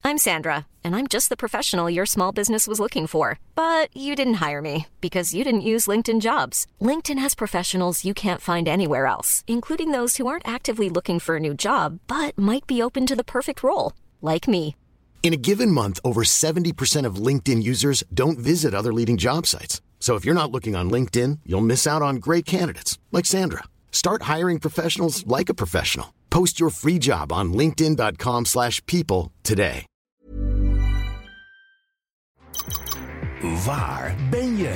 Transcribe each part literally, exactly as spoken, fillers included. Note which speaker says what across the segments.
Speaker 1: I'm Sandra, and I'm just the professional your small business was looking for. But you didn't hire me because you didn't use LinkedIn Jobs. LinkedIn has professionals you can't find anywhere else, including those who aren't actively looking for a new job, but might be open to the perfect role, like me.
Speaker 2: In a given month, over seventy percent of LinkedIn users don't visit other leading job sites. So if you're not looking on LinkedIn, you'll miss out on great candidates like Sandra. Start hiring professionals like a professional. Post your free job on linkedin.com slash people today.
Speaker 3: Waar ben je?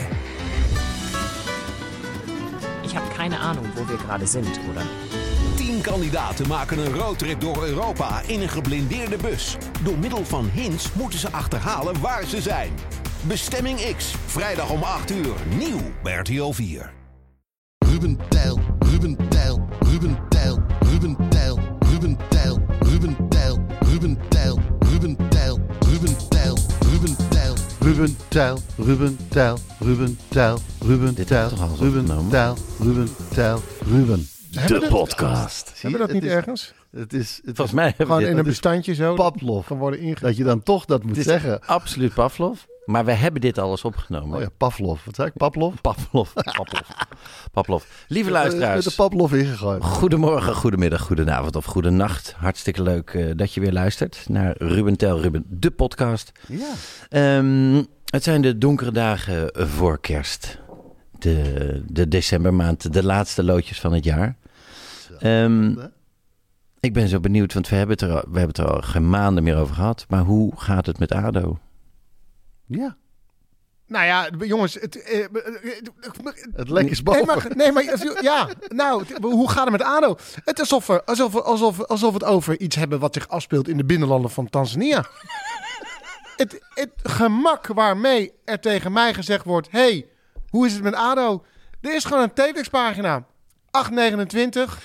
Speaker 4: Ich habe keine Ahnung, wo wir gerade sind, oder?
Speaker 3: Tien kandidaten maken een roadtrip door Europa in een geblindeerde bus. Door middel van hints moeten ze achterhalen waar ze zijn. Bestemming X, vrijdag om acht uur, nieuw bij R T L vier.
Speaker 5: Ruben Tijl, Ruben Tijl, Ruben Tijl, Ruben Tijl, Ruben Tijl, Ruben Tijl, Ruben Tijl, Ruben Tijl, Ruben Tijl, Ruben Tijl.
Speaker 6: Ruben Tijl, Ruben Tijl, Ruben Tijl, Ruben
Speaker 7: Dit
Speaker 6: Tijl,
Speaker 7: heb je toch al eens
Speaker 6: Ruben
Speaker 7: opgenomen?
Speaker 6: Tijl, Ruben Tijl, Ruben.
Speaker 7: De
Speaker 8: we
Speaker 7: podcast.
Speaker 6: Zie
Speaker 8: Hebben we
Speaker 6: je,
Speaker 8: dat niet
Speaker 6: het is-
Speaker 8: ergens?
Speaker 6: Het is, het
Speaker 7: Volgens
Speaker 6: is
Speaker 7: mij hebben
Speaker 8: Gewoon
Speaker 7: we
Speaker 8: in
Speaker 7: dit.
Speaker 8: een bestandje zo.
Speaker 6: Pavlov.
Speaker 8: Kan worden ingezet.
Speaker 6: Dat je dan toch dat moet
Speaker 7: Het is
Speaker 6: zeggen.
Speaker 7: absoluut Pavlov. Maar we hebben dit al eens opgenomen.
Speaker 6: Oh ja, Pavlov. Wat zei ik? Pavlov?
Speaker 7: Pavlov. Pavlov. Pavlov. Lieve
Speaker 6: Met
Speaker 7: luisteraars.
Speaker 6: de Pavlov ingegooid.
Speaker 7: Goedemorgen, goedemiddag, goedenavond of goedenacht. Hartstikke leuk uh, dat je weer luistert naar Ruben Tel Ruben, de podcast.
Speaker 6: Ja.
Speaker 7: Um, het zijn de donkere dagen voor kerst. De, de decembermaand, de laatste loodjes van het jaar. Um, ik ben zo benieuwd, want we hebben, het er al, we hebben het er al geen maanden meer over gehad. Maar hoe gaat het met ADO?
Speaker 6: Ja.
Speaker 8: Nou ja, jongens. Het, eh, eh,
Speaker 6: Het lek is
Speaker 8: nee,
Speaker 6: boven.
Speaker 8: maar, nee, maar als- ja, nou, het- hoe gaat het met ADO? Het is alsof we, alsof, we, alsof, we- alsof we het over iets hebben wat zich afspeelt in de binnenlanden van Tanzania. het, het gemak waarmee er tegen mij gezegd wordt, hey, hoe is het met ADO? Er is gewoon een telexpagina. acht negenentwintig,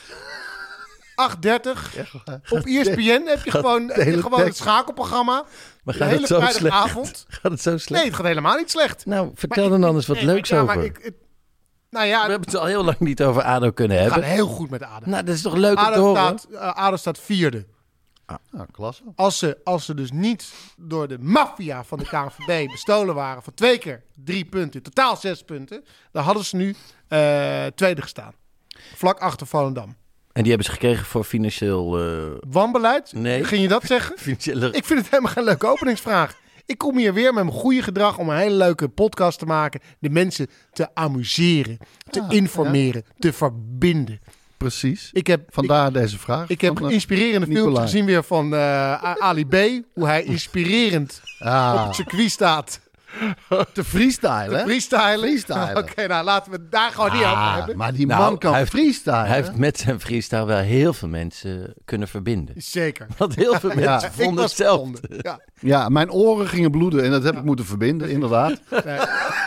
Speaker 8: acht dertig. Op E S P N heb je gewoon, heb je gewoon het schakelprogramma.
Speaker 7: Maar
Speaker 8: De
Speaker 7: gaat
Speaker 8: hele
Speaker 7: het zo
Speaker 8: vrijdagavond.
Speaker 7: slecht? Gaat het zo slecht?
Speaker 8: Nee, het gaat helemaal niet slecht.
Speaker 7: Nou, vertel
Speaker 8: Maar
Speaker 7: dan
Speaker 8: ik-
Speaker 7: anders wat
Speaker 8: nee, maar-
Speaker 7: leuks
Speaker 8: ja,
Speaker 7: over.
Speaker 8: maar ik, het, nou ja,
Speaker 7: We hebben het al heel lang niet over ADO kunnen
Speaker 8: het gaat
Speaker 7: hebben.
Speaker 8: heel goed met ADO.
Speaker 7: Nou, dat is toch leuk om te
Speaker 8: ADO
Speaker 7: horen?
Speaker 8: staat, uh, ADO staat vierde.
Speaker 6: Nou, klasse.
Speaker 8: Als ze, als ze dus niet door de maffia van de K N V B bestolen waren van twee keer drie punten, in totaal zes punten, dan hadden ze nu uh, tweede gestaan. Vlak achter Volendam.
Speaker 7: En die hebben ze gekregen voor financieel... Uh...
Speaker 8: Wanbeleid?
Speaker 7: Nee.
Speaker 8: Ging je dat zeggen?
Speaker 7: financiële...
Speaker 8: Ik vind het helemaal geen leuke openingsvraag. Ik kom hier weer met mijn goede gedrag om een hele leuke podcast te maken. De mensen te amuseren, te
Speaker 6: Ah,
Speaker 8: informeren, te verbinden.
Speaker 6: Precies.
Speaker 8: Ik heb,
Speaker 6: Vandaar
Speaker 8: ik,
Speaker 6: deze vraag.
Speaker 8: ik heb
Speaker 6: van, uh,
Speaker 8: inspirerende filmpjes
Speaker 6: Nicolai.
Speaker 8: gezien weer van uh, Ali B. Hoe hij inspirerend
Speaker 6: Ah,
Speaker 8: op het circuit staat.
Speaker 6: te freestylen,
Speaker 8: Te
Speaker 6: hè?
Speaker 8: freestylen.
Speaker 6: Freestylen.
Speaker 8: Oké, nou laten we het daar gewoon niet over
Speaker 6: Ah,
Speaker 8: hebben.
Speaker 6: maar die
Speaker 7: Nou,
Speaker 6: man kan
Speaker 7: hij heeft-
Speaker 6: freestylen.
Speaker 7: Hij heeft met zijn freestyle wel heel veel mensen kunnen verbinden.
Speaker 8: Zeker.
Speaker 7: Want heel veel mensen
Speaker 8: Ik
Speaker 7: vonden
Speaker 8: was
Speaker 7: hetzelfde.
Speaker 8: verbonden. Ja.
Speaker 6: Ja, mijn oren gingen bloeden en dat heb ik moeten verbinden, inderdaad.
Speaker 8: Nee.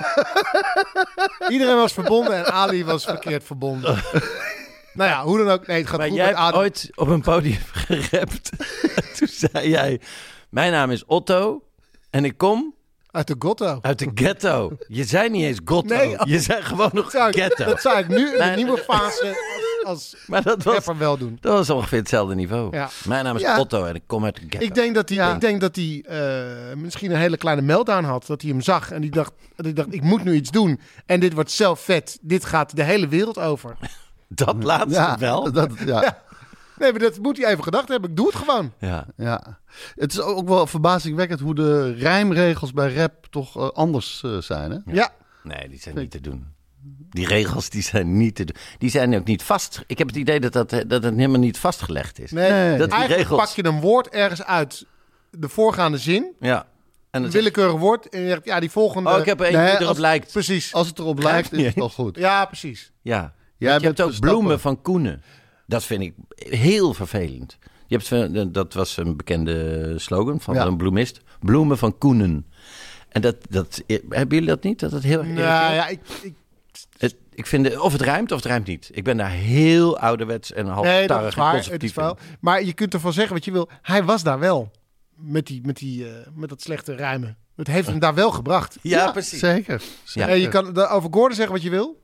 Speaker 8: Iedereen was verbonden en Ali was verkeerd verbonden. Nou ja, hoe dan ook. Nee, het gaat
Speaker 7: Maar
Speaker 8: goed
Speaker 7: jij
Speaker 8: met
Speaker 7: hebt
Speaker 8: ADO.
Speaker 7: ooit op een podium gerapt. Toen zei jij, mijn naam is Otto en ik kom
Speaker 8: Uit de ghetto.
Speaker 7: uit de ghetto. Je zei niet eens ghetto.
Speaker 8: Nee.
Speaker 7: Je zei gewoon nog
Speaker 8: Dat zou ik,
Speaker 7: ghetto.
Speaker 8: dat zou ik nu in de
Speaker 7: Nee.
Speaker 8: nieuwe fase als, als
Speaker 7: Maar dat was,
Speaker 8: rapper wel doen.
Speaker 7: dat was ongeveer hetzelfde niveau.
Speaker 8: Ja.
Speaker 7: Mijn naam is
Speaker 8: Ja.
Speaker 7: Otto en ik kom uit de ghetto.
Speaker 8: Ik denk dat hij,
Speaker 6: Ja.
Speaker 8: ik denk dat hij eh, misschien een hele kleine meltdown had. Dat hij hem zag en die dacht, dat hij dacht, ik moet nu iets doen. En dit wordt zelf vet. Dit gaat de hele wereld over.
Speaker 7: Dat laatste
Speaker 6: Ja,
Speaker 7: wel.
Speaker 6: Dat, ja, ja.
Speaker 8: Nee, maar dat moet hij even gedacht hebben. Ik doe het gewoon.
Speaker 7: Ja.
Speaker 6: Het is ook wel verbazingwekkend hoe de rijmregels bij rap toch uh, anders uh, zijn, hè?
Speaker 8: Ja.
Speaker 7: Nee, die zijn niet te doen. Die regels die zijn niet te doen. Die zijn ook niet vast. Ik heb het idee dat, dat, dat het helemaal niet vastgelegd is.
Speaker 8: Nee,
Speaker 6: Nee.
Speaker 7: Dat die
Speaker 8: eigenlijk
Speaker 7: regels...
Speaker 8: pak je een woord ergens uit de voorgaande zin.
Speaker 7: Ja. En
Speaker 8: Een
Speaker 7: dan zeg-
Speaker 8: willekeurig woord. En je zegt, ja, die volgende...
Speaker 7: Oh, ik heb er één
Speaker 6: Nee,
Speaker 7: die erop
Speaker 6: als-
Speaker 7: lijkt.
Speaker 8: Precies.
Speaker 6: Als het erop lijkt, is het al goed.
Speaker 8: Ja, precies.
Speaker 7: Ja.
Speaker 6: Jij
Speaker 7: je
Speaker 6: bent
Speaker 7: hebt ook
Speaker 6: Verstappen.
Speaker 7: bloemen van Koenen. Dat vind ik heel vervelend. Je hebt, van- dat was een bekende slogan van
Speaker 6: Ja.
Speaker 7: een bloemist. Bloemen van Koenen. En dat, dat, hebben jullie dat niet? Dat het heel erg
Speaker 8: Nou
Speaker 7: irriteert?
Speaker 8: ja, ik... ik
Speaker 7: Het, ik vind, de- of het rijmt of het rijmt niet. Ik ben daar heel ouderwets en
Speaker 8: nee,
Speaker 7: halftarrig
Speaker 8: dat is
Speaker 7: en
Speaker 8: waar. Het
Speaker 7: conservatief
Speaker 8: is wel.
Speaker 7: in.
Speaker 8: Maar je kunt ervan zeggen wat je wil. Hij was daar wel. Met, die, met, die, uh, met dat slechte rijmen. Het heeft hem daar wel gebracht.
Speaker 7: Ja, precies.
Speaker 6: Zeker.
Speaker 7: Ja.
Speaker 8: En je kan over Gordon zeggen wat je wil.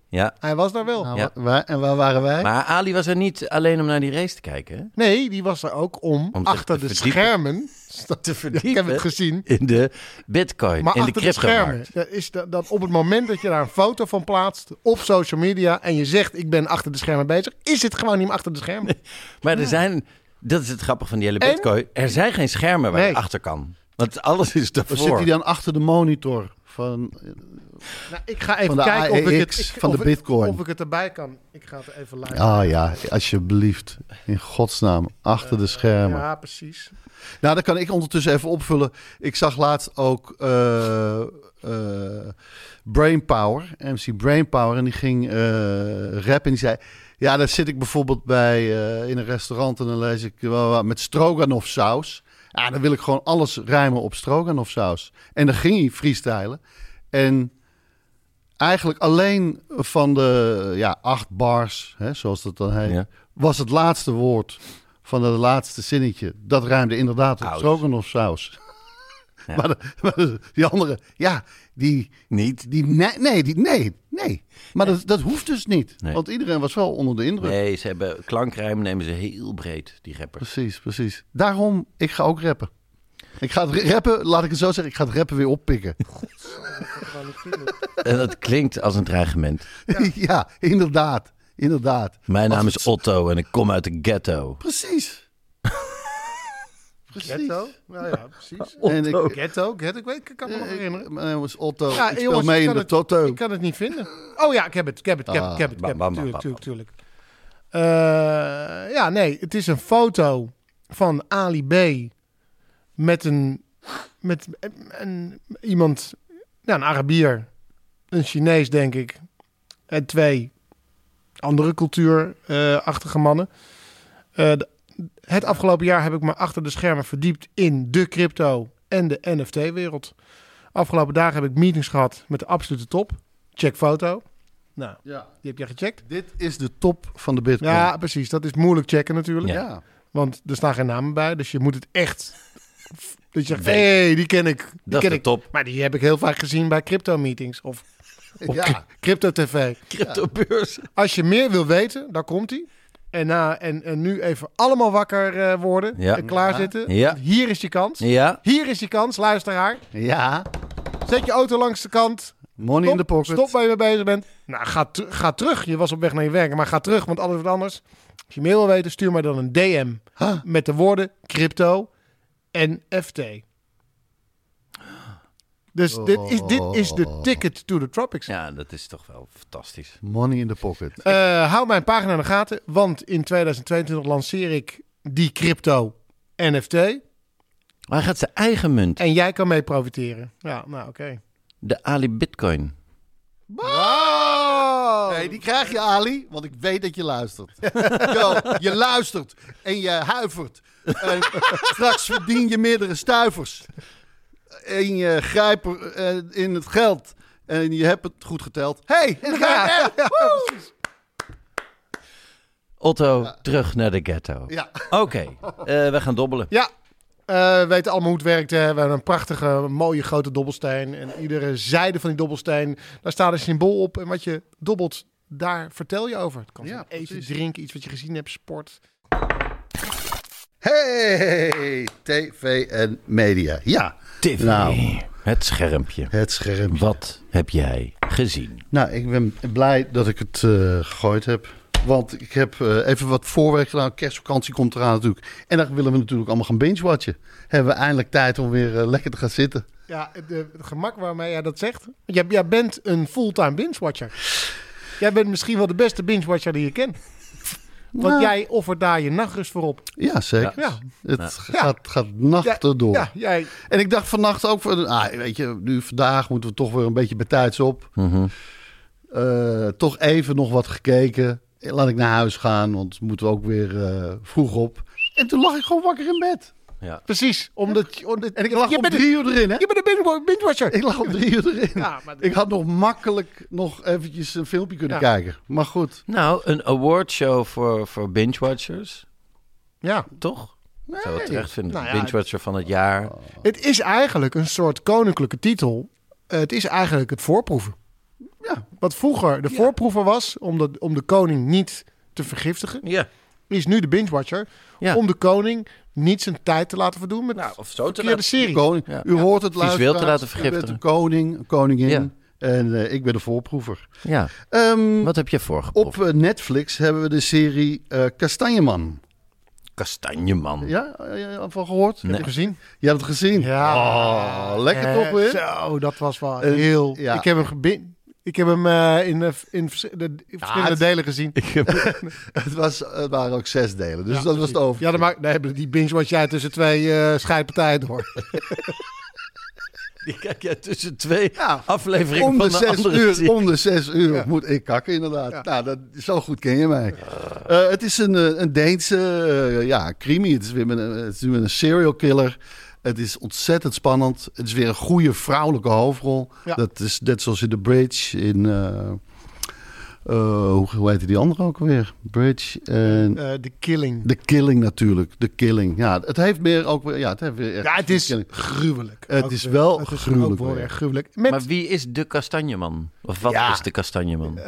Speaker 7: Ja.
Speaker 8: Hij was daar wel.
Speaker 6: Nou,
Speaker 7: Ja.
Speaker 6: wa- wij- en waar waren wij?
Speaker 7: Maar Ali was er niet alleen om naar die race te kijken, hè?
Speaker 8: Nee, die was er ook om,
Speaker 7: Om zich
Speaker 8: achter
Speaker 7: te
Speaker 8: de
Speaker 7: verdiepen.
Speaker 8: schermen...
Speaker 7: Te
Speaker 8: Ik heb het gezien.
Speaker 7: in de bitcoin,
Speaker 8: Maar
Speaker 7: in de
Speaker 8: achter de schermen,
Speaker 7: cryptomarkt.
Speaker 8: dat is dat, dat op het moment dat je daar een foto van plaatst op social media en je zegt ik ben achter de schermen bezig, is het gewoon niet meer achter de schermen.
Speaker 7: Maar er zijn, dat is het grappige van die hele
Speaker 8: En-
Speaker 7: bitcoin, er zijn geen schermen waar
Speaker 8: Nee.
Speaker 7: je achter kan. Want alles is
Speaker 6: Of
Speaker 7: daarvoor.
Speaker 6: zit hij dan achter de monitor van...
Speaker 8: Nou, ik ga even
Speaker 6: Van de
Speaker 8: kijken of ik, het,
Speaker 6: A E X,
Speaker 8: ik-
Speaker 6: van de
Speaker 8: of,
Speaker 6: Bitcoin.
Speaker 8: of ik het erbij kan. Ik ga het even live.
Speaker 6: Ah ja, alsjeblieft. In godsnaam, achter de schermen.
Speaker 8: Ja, precies.
Speaker 6: Nou, dan kan ik ondertussen even opvullen. Ik zag laatst ook eh eh Brainpower, M C Brainpower. En die ging eh rappen en die zei... Ja, daar zit ik bijvoorbeeld bij eh, in een restaurant en dan lees ik wel wat met stroganoff saus. Ja, dan wil ik gewoon alles rijmen op stroganoff saus. En dan ging hij freestylen. En eigenlijk alleen van de ja, acht bars, hè, zoals dat dan heet,
Speaker 7: Ja.
Speaker 6: was het laatste woord van het laatste zinnetje. Dat ruimde inderdaad op
Speaker 7: Saus.
Speaker 6: stroganoff saus.
Speaker 7: Ja.
Speaker 6: Maar, de, maar de- die andere, ja, die...
Speaker 7: Niet?
Speaker 6: Die, nee, nee, die, nee, nee. Maar dat, dat hoeft dus niet.
Speaker 7: Nee.
Speaker 6: Want iedereen was wel onder de indruk.
Speaker 7: Nee, ze hebben klankrijm nemen ze heel breed, die rappers.
Speaker 6: Precies, precies. Daarom, ik ga ook rappen. Ik ga het rappen, laat ik het zo zeggen, ik ga het rappen weer oppikken.
Speaker 7: En dat klinkt als een dreigement.
Speaker 6: Ja, inderdaad. Inderdaad.
Speaker 7: Mijn naam
Speaker 6: Als
Speaker 7: is
Speaker 6: het-
Speaker 7: Otto en ik kom uit de ghetto.
Speaker 6: Precies. Precies.
Speaker 8: Ghetto? Nou ja, precies.
Speaker 6: En ik,
Speaker 8: Ghetto, ghetto, ik weet, ik kan me nog herinneren.
Speaker 6: Mijn naam is Otto.
Speaker 8: Ja,
Speaker 6: ik speel
Speaker 8: jongens,
Speaker 6: mee
Speaker 8: ik
Speaker 6: in
Speaker 8: kan
Speaker 6: de
Speaker 8: het-
Speaker 6: Toto.
Speaker 8: Ik kan het niet vinden. Oh ja, ik heb het, ik heb het, ik heb het, ik heb het. Ik heb het.
Speaker 7: Bam, bam,
Speaker 8: Tuurlijk,
Speaker 7: bam,
Speaker 8: tuurlijk, tuurlijk. Eh, ja, nee, het is een foto van Ali B. met een, met een, iemand, ja, een Arabier, een Chinees denk ik, en twee andere cultuurachtige mannen. Eh, de- het afgelopen jaar heb ik me achter de schermen verdiept in de crypto en de N F T-wereld. Afgelopen dagen heb ik meetings gehad met de absolute top. Check foto. Nou,
Speaker 6: Ja.
Speaker 8: die heb jij gecheckt?
Speaker 6: Dit is de top van de Bitcoin.
Speaker 8: Ja, precies. Dat is moeilijk checken natuurlijk.
Speaker 7: Ja.
Speaker 6: Ja.
Speaker 8: Want er staan geen namen bij. Dus je moet het echt... Dat je zegt,
Speaker 7: Weet.
Speaker 8: hé, hey, die ken ik. Die
Speaker 7: Dat
Speaker 8: ken
Speaker 7: is de
Speaker 8: ik.
Speaker 7: top.
Speaker 8: Maar die heb ik heel vaak gezien bij crypto-meetings. Of op
Speaker 6: Ja.
Speaker 8: crypto-tv.
Speaker 7: Cryptobeurs.
Speaker 8: Als je meer wil weten, daar komt hij. En, na, en, en nu even allemaal wakker eh, worden.
Speaker 7: Ja.
Speaker 8: En klaarzitten.
Speaker 7: Ja.
Speaker 8: Hier is je kans.
Speaker 7: Ja,
Speaker 8: Hier is je kans, luisteraar.
Speaker 6: Ja.
Speaker 8: Zet je auto langs de kant.
Speaker 6: Money in the pocket.
Speaker 8: Stop waar je mee bezig bent. Nou, ga, ter- ga terug. Je was op weg naar je werk, maar ga terug, want alles wordt anders. Als je meer wil weten, stuur mij dan een D M
Speaker 6: Huh?
Speaker 8: met de woorden crypto en F T. Dus dit, is, dit is de ticket to the tropics.
Speaker 7: ja, dat is toch wel fantastisch.
Speaker 6: Money in the pocket.
Speaker 8: Eh, hou mijn pagina in de gaten, want in tweeduizend tweeëntwintig lanceer ik die crypto N F T.
Speaker 7: Maar hij gaat zijn eigen munt,
Speaker 8: En jij kan mee profiteren. Ja, nou oké.
Speaker 7: de Ali Bitcoin.
Speaker 8: Wow!
Speaker 6: Nee, die krijg je, Ali, want ik weet dat je luistert. Yo, je luistert en je huivert. En straks verdien je meerdere stuivers. En je grijpt er, eh, in het geld. En je hebt het goed geteld. Hey, en dan ga je weg. Woe!
Speaker 7: Otto, terug naar de ghetto.
Speaker 6: Ja.
Speaker 7: Oké, eh, we gaan dobbelen.
Speaker 8: Ja, eh, we weten allemaal hoe het werkt. Hè. We hebben een prachtige, mooie grote dobbelsteen. En iedere zijde van die dobbelsteen, daar staat een symbool op. En wat je dobbelt, daar vertel je over. Het kan
Speaker 6: Ja,
Speaker 8: zijn eten,
Speaker 6: precies.
Speaker 8: drinken, iets wat je gezien hebt, sport.
Speaker 6: Hey, tv en media. Ja.
Speaker 7: T V,
Speaker 6: Nou.
Speaker 7: het schermpje.
Speaker 6: Het schermpje.
Speaker 7: Wat heb jij gezien?
Speaker 6: Nou, ik ben blij dat ik het eh, gegooid heb. Want ik heb eh, even wat voorwerk gedaan. Kerstvakantie komt eraan natuurlijk. En dan willen we natuurlijk allemaal gaan binge-watchen. Hebben we eindelijk tijd om weer eh, lekker te gaan zitten.
Speaker 8: Ja, het, eh, het gemak waarmee jij dat zegt. Jij, jij bent een fulltime binge-watcher. Jij bent misschien wel de beste binge-watcher die je kent. Want
Speaker 6: Nou.
Speaker 8: jij offert daar je nachtrust voor op.
Speaker 6: Ja, zeker.
Speaker 8: Ja.
Speaker 6: Het
Speaker 7: Ja.
Speaker 6: gaat, gaat nachten door.
Speaker 8: Ja, jij...
Speaker 6: En ik dacht vannacht ook, van, ah, weet je, nu vandaag moeten we toch weer een beetje bijtijds op.
Speaker 7: Mhm.
Speaker 6: Eh, toch even nog wat gekeken. Laat ik naar huis gaan, want we moeten ook weer eh, vroeg op. En toen lag ik gewoon wakker in bed.
Speaker 7: Ja.
Speaker 8: Precies, omdat... omdat
Speaker 6: En ik lag
Speaker 8: je
Speaker 6: om
Speaker 8: bent
Speaker 6: drie uur erin, hè?
Speaker 8: Je bent een binge- binge-watcher.
Speaker 6: Ik lag om drie uur erin.
Speaker 8: Ja, maar-
Speaker 6: Ik had nog makkelijk nog eventjes een filmpje kunnen
Speaker 8: Ja.
Speaker 6: kijken. Maar goed.
Speaker 7: Nou, een awardshow voor, voor binge-watchers,
Speaker 8: Ja,
Speaker 7: toch? Zou het terecht vinden.
Speaker 8: Nou ja,
Speaker 7: Binge-watcher van het jaar.
Speaker 8: het is eigenlijk een soort koninklijke titel. Het is eigenlijk het voorproeven.
Speaker 6: Ja.
Speaker 8: Wat vroeger de
Speaker 6: Ja.
Speaker 8: voorproever was om de, om de koning niet te vergiftigen,
Speaker 7: Ja.
Speaker 8: is nu de binge-watcher
Speaker 7: Ja.
Speaker 8: om de koning niet zijn tijd te laten verdoen met
Speaker 7: Nou, of zo te
Speaker 8: verkeerde
Speaker 7: laten-
Speaker 8: serie.
Speaker 6: Koning.
Speaker 7: Ja.
Speaker 6: U hoort het
Speaker 7: Visueel te
Speaker 6: luisteraars.
Speaker 7: laten
Speaker 6: U
Speaker 7: vergiftigen.
Speaker 6: bent een koning, een koningin.
Speaker 7: Ja.
Speaker 6: En uh, ik ben de voorproever.
Speaker 7: Ja.
Speaker 6: Um,
Speaker 7: Wat heb je voorgeproefd?
Speaker 6: op uh, Netflix hebben we de serie uh, Kastanjeman.
Speaker 7: Kastanjeman.
Speaker 6: Ja, uh, ja, van gehoord?
Speaker 7: Nee.
Speaker 8: Heb je gezien?
Speaker 6: Je hebt het gezien?
Speaker 8: Ja.
Speaker 6: Oh, lekker
Speaker 8: Eh,
Speaker 6: toch weer?
Speaker 8: Zo, dat was wel
Speaker 6: Eh,
Speaker 8: heel...
Speaker 6: ja.
Speaker 8: Ik heb hem, gebin... ik heb hem uh, in, uh, in, vers- de, in verschillende
Speaker 6: het-
Speaker 8: delen gezien.
Speaker 6: Het, was, het waren ook zes delen, dus
Speaker 8: Ja,
Speaker 6: dat was het over.
Speaker 8: Ja, dan maakt, nee, die binge watch jij tussen twee uh, scheidpartijen door.
Speaker 7: Die kijk jij tussen twee
Speaker 6: Ja.
Speaker 7: afleveringen
Speaker 6: Om de
Speaker 7: van de
Speaker 6: zes
Speaker 7: andere
Speaker 6: uur,
Speaker 7: serie.
Speaker 6: om de zes uur
Speaker 8: Ja.
Speaker 6: moet ik kakken, inderdaad.
Speaker 8: Ja.
Speaker 6: Nou, dat, zo goed ken je mij. Eh, het is een, eh, een Deense eh, ja, crimi. Het is weer met een, het is weer een serial killer. Het is ontzettend spannend. Het is weer een goede vrouwelijke hoofdrol.
Speaker 8: Ja.
Speaker 6: Dat is net zoals in The Bridge. In, eh, eh, hoe, hoe heette die andere ook alweer? Bridge en...
Speaker 8: Uh, de Killing.
Speaker 6: The Killing natuurlijk. The Killing. Ja, het heeft meer ook weer... Ja, het, heeft weer echt
Speaker 8: Ja, het is
Speaker 6: Killing.
Speaker 8: gruwelijk.
Speaker 6: Het
Speaker 8: Ook
Speaker 6: is
Speaker 8: weer-
Speaker 6: wel
Speaker 8: het is
Speaker 6: gruwelijk
Speaker 8: ook wel
Speaker 6: weer.
Speaker 8: erg gruwelijk. Met,
Speaker 7: Maar wie is de kastanjeman? Of wat
Speaker 6: Ja.
Speaker 7: is de kastanjeman?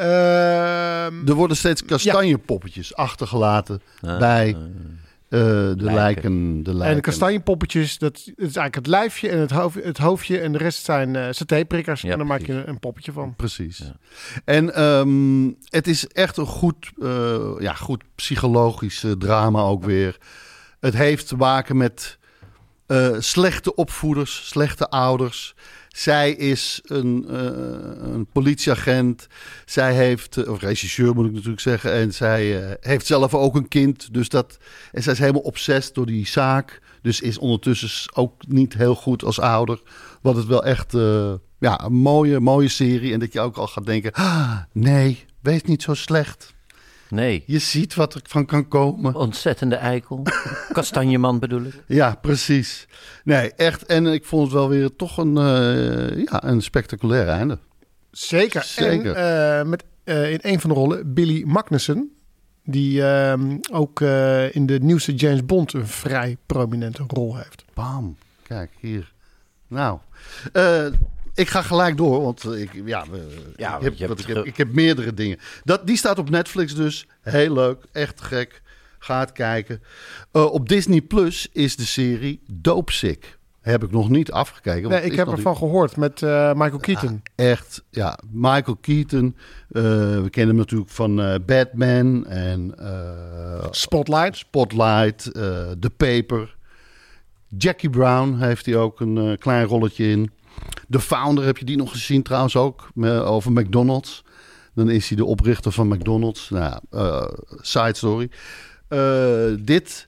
Speaker 8: ehm,
Speaker 6: Er worden steeds kastanjepoppetjes achtergelaten
Speaker 7: Ah,
Speaker 6: bij
Speaker 7: ah.
Speaker 6: eh, de
Speaker 7: Lijken.
Speaker 6: lijken. De lijken.
Speaker 8: en de kastanjepoppetjes, dat is eigenlijk het lijfje en het, hoofd, het hoofdje. En de rest zijn uh, satéprikkers.
Speaker 7: Ja,
Speaker 8: en dan maak je
Speaker 7: precies.
Speaker 8: een, een poppetje van.
Speaker 6: Precies.
Speaker 7: Ja.
Speaker 6: En ehm, het is echt een goed, eh, ja, goed psychologisch eh, drama ook weer. Het heeft te maken met eh, slechte opvoeders, slechte ouders. Zij is een, eh, een politieagent. Zij heeft, eh, of regisseur moet ik natuurlijk zeggen. En zij eh, heeft zelf ook een kind. Dus dat, en zij is helemaal obsessief door die zaak. Dus is ondertussen ook niet heel goed als ouder. Wat het wel echt eh, ja, een mooie, mooie serie. En dat je ook al gaat denken, ah, nee, wees niet zo slecht.
Speaker 7: Nee,
Speaker 6: Je ziet wat er van kan komen.
Speaker 7: ontzettende eikel. Kastanjeman bedoel ik.
Speaker 6: Ja, precies. Nee, echt. En ik vond het wel weer toch een, eh, ja, een spectaculair einde.
Speaker 8: Zeker.
Speaker 6: Zeker.
Speaker 8: En uh, met uh, in een van de rollen Billy Magnussen. Die uh, ook uh, in de nieuwste James Bond een vrij prominente rol heeft.
Speaker 6: Bam. Kijk, hier. Nou, uh, ik ga gelijk door, want ik, ja, we,
Speaker 7: Ja,
Speaker 6: ik, heb,
Speaker 7: je hebt
Speaker 6: wat, ik, heb,
Speaker 7: ge-
Speaker 6: ik heb meerdere dingen. Dat, die staat op Netflix dus. Heel leuk, echt gek. Ga het kijken. Uh, op Disney Plus is de serie Dopesick. Heb ik nog niet afgekeken. want
Speaker 8: Nee,
Speaker 6: het
Speaker 8: ik
Speaker 6: is
Speaker 8: heb
Speaker 6: nog
Speaker 8: ervan gehoord met uh, Michael Keaton.
Speaker 6: Ja, echt, ja. Michael Keaton. Uh, we kennen hem natuurlijk van uh, Batman en uh,
Speaker 8: Spotlight.
Speaker 6: Spotlight, uh, The Paper. Jackie Brown heeft hij ook een uh, klein rolletje in. The Founder heb je die nog gezien trouwens ook, me, over McDonald's. Dan is hij de oprichter van McDonald's. Nou, uh, side story. Uh, dit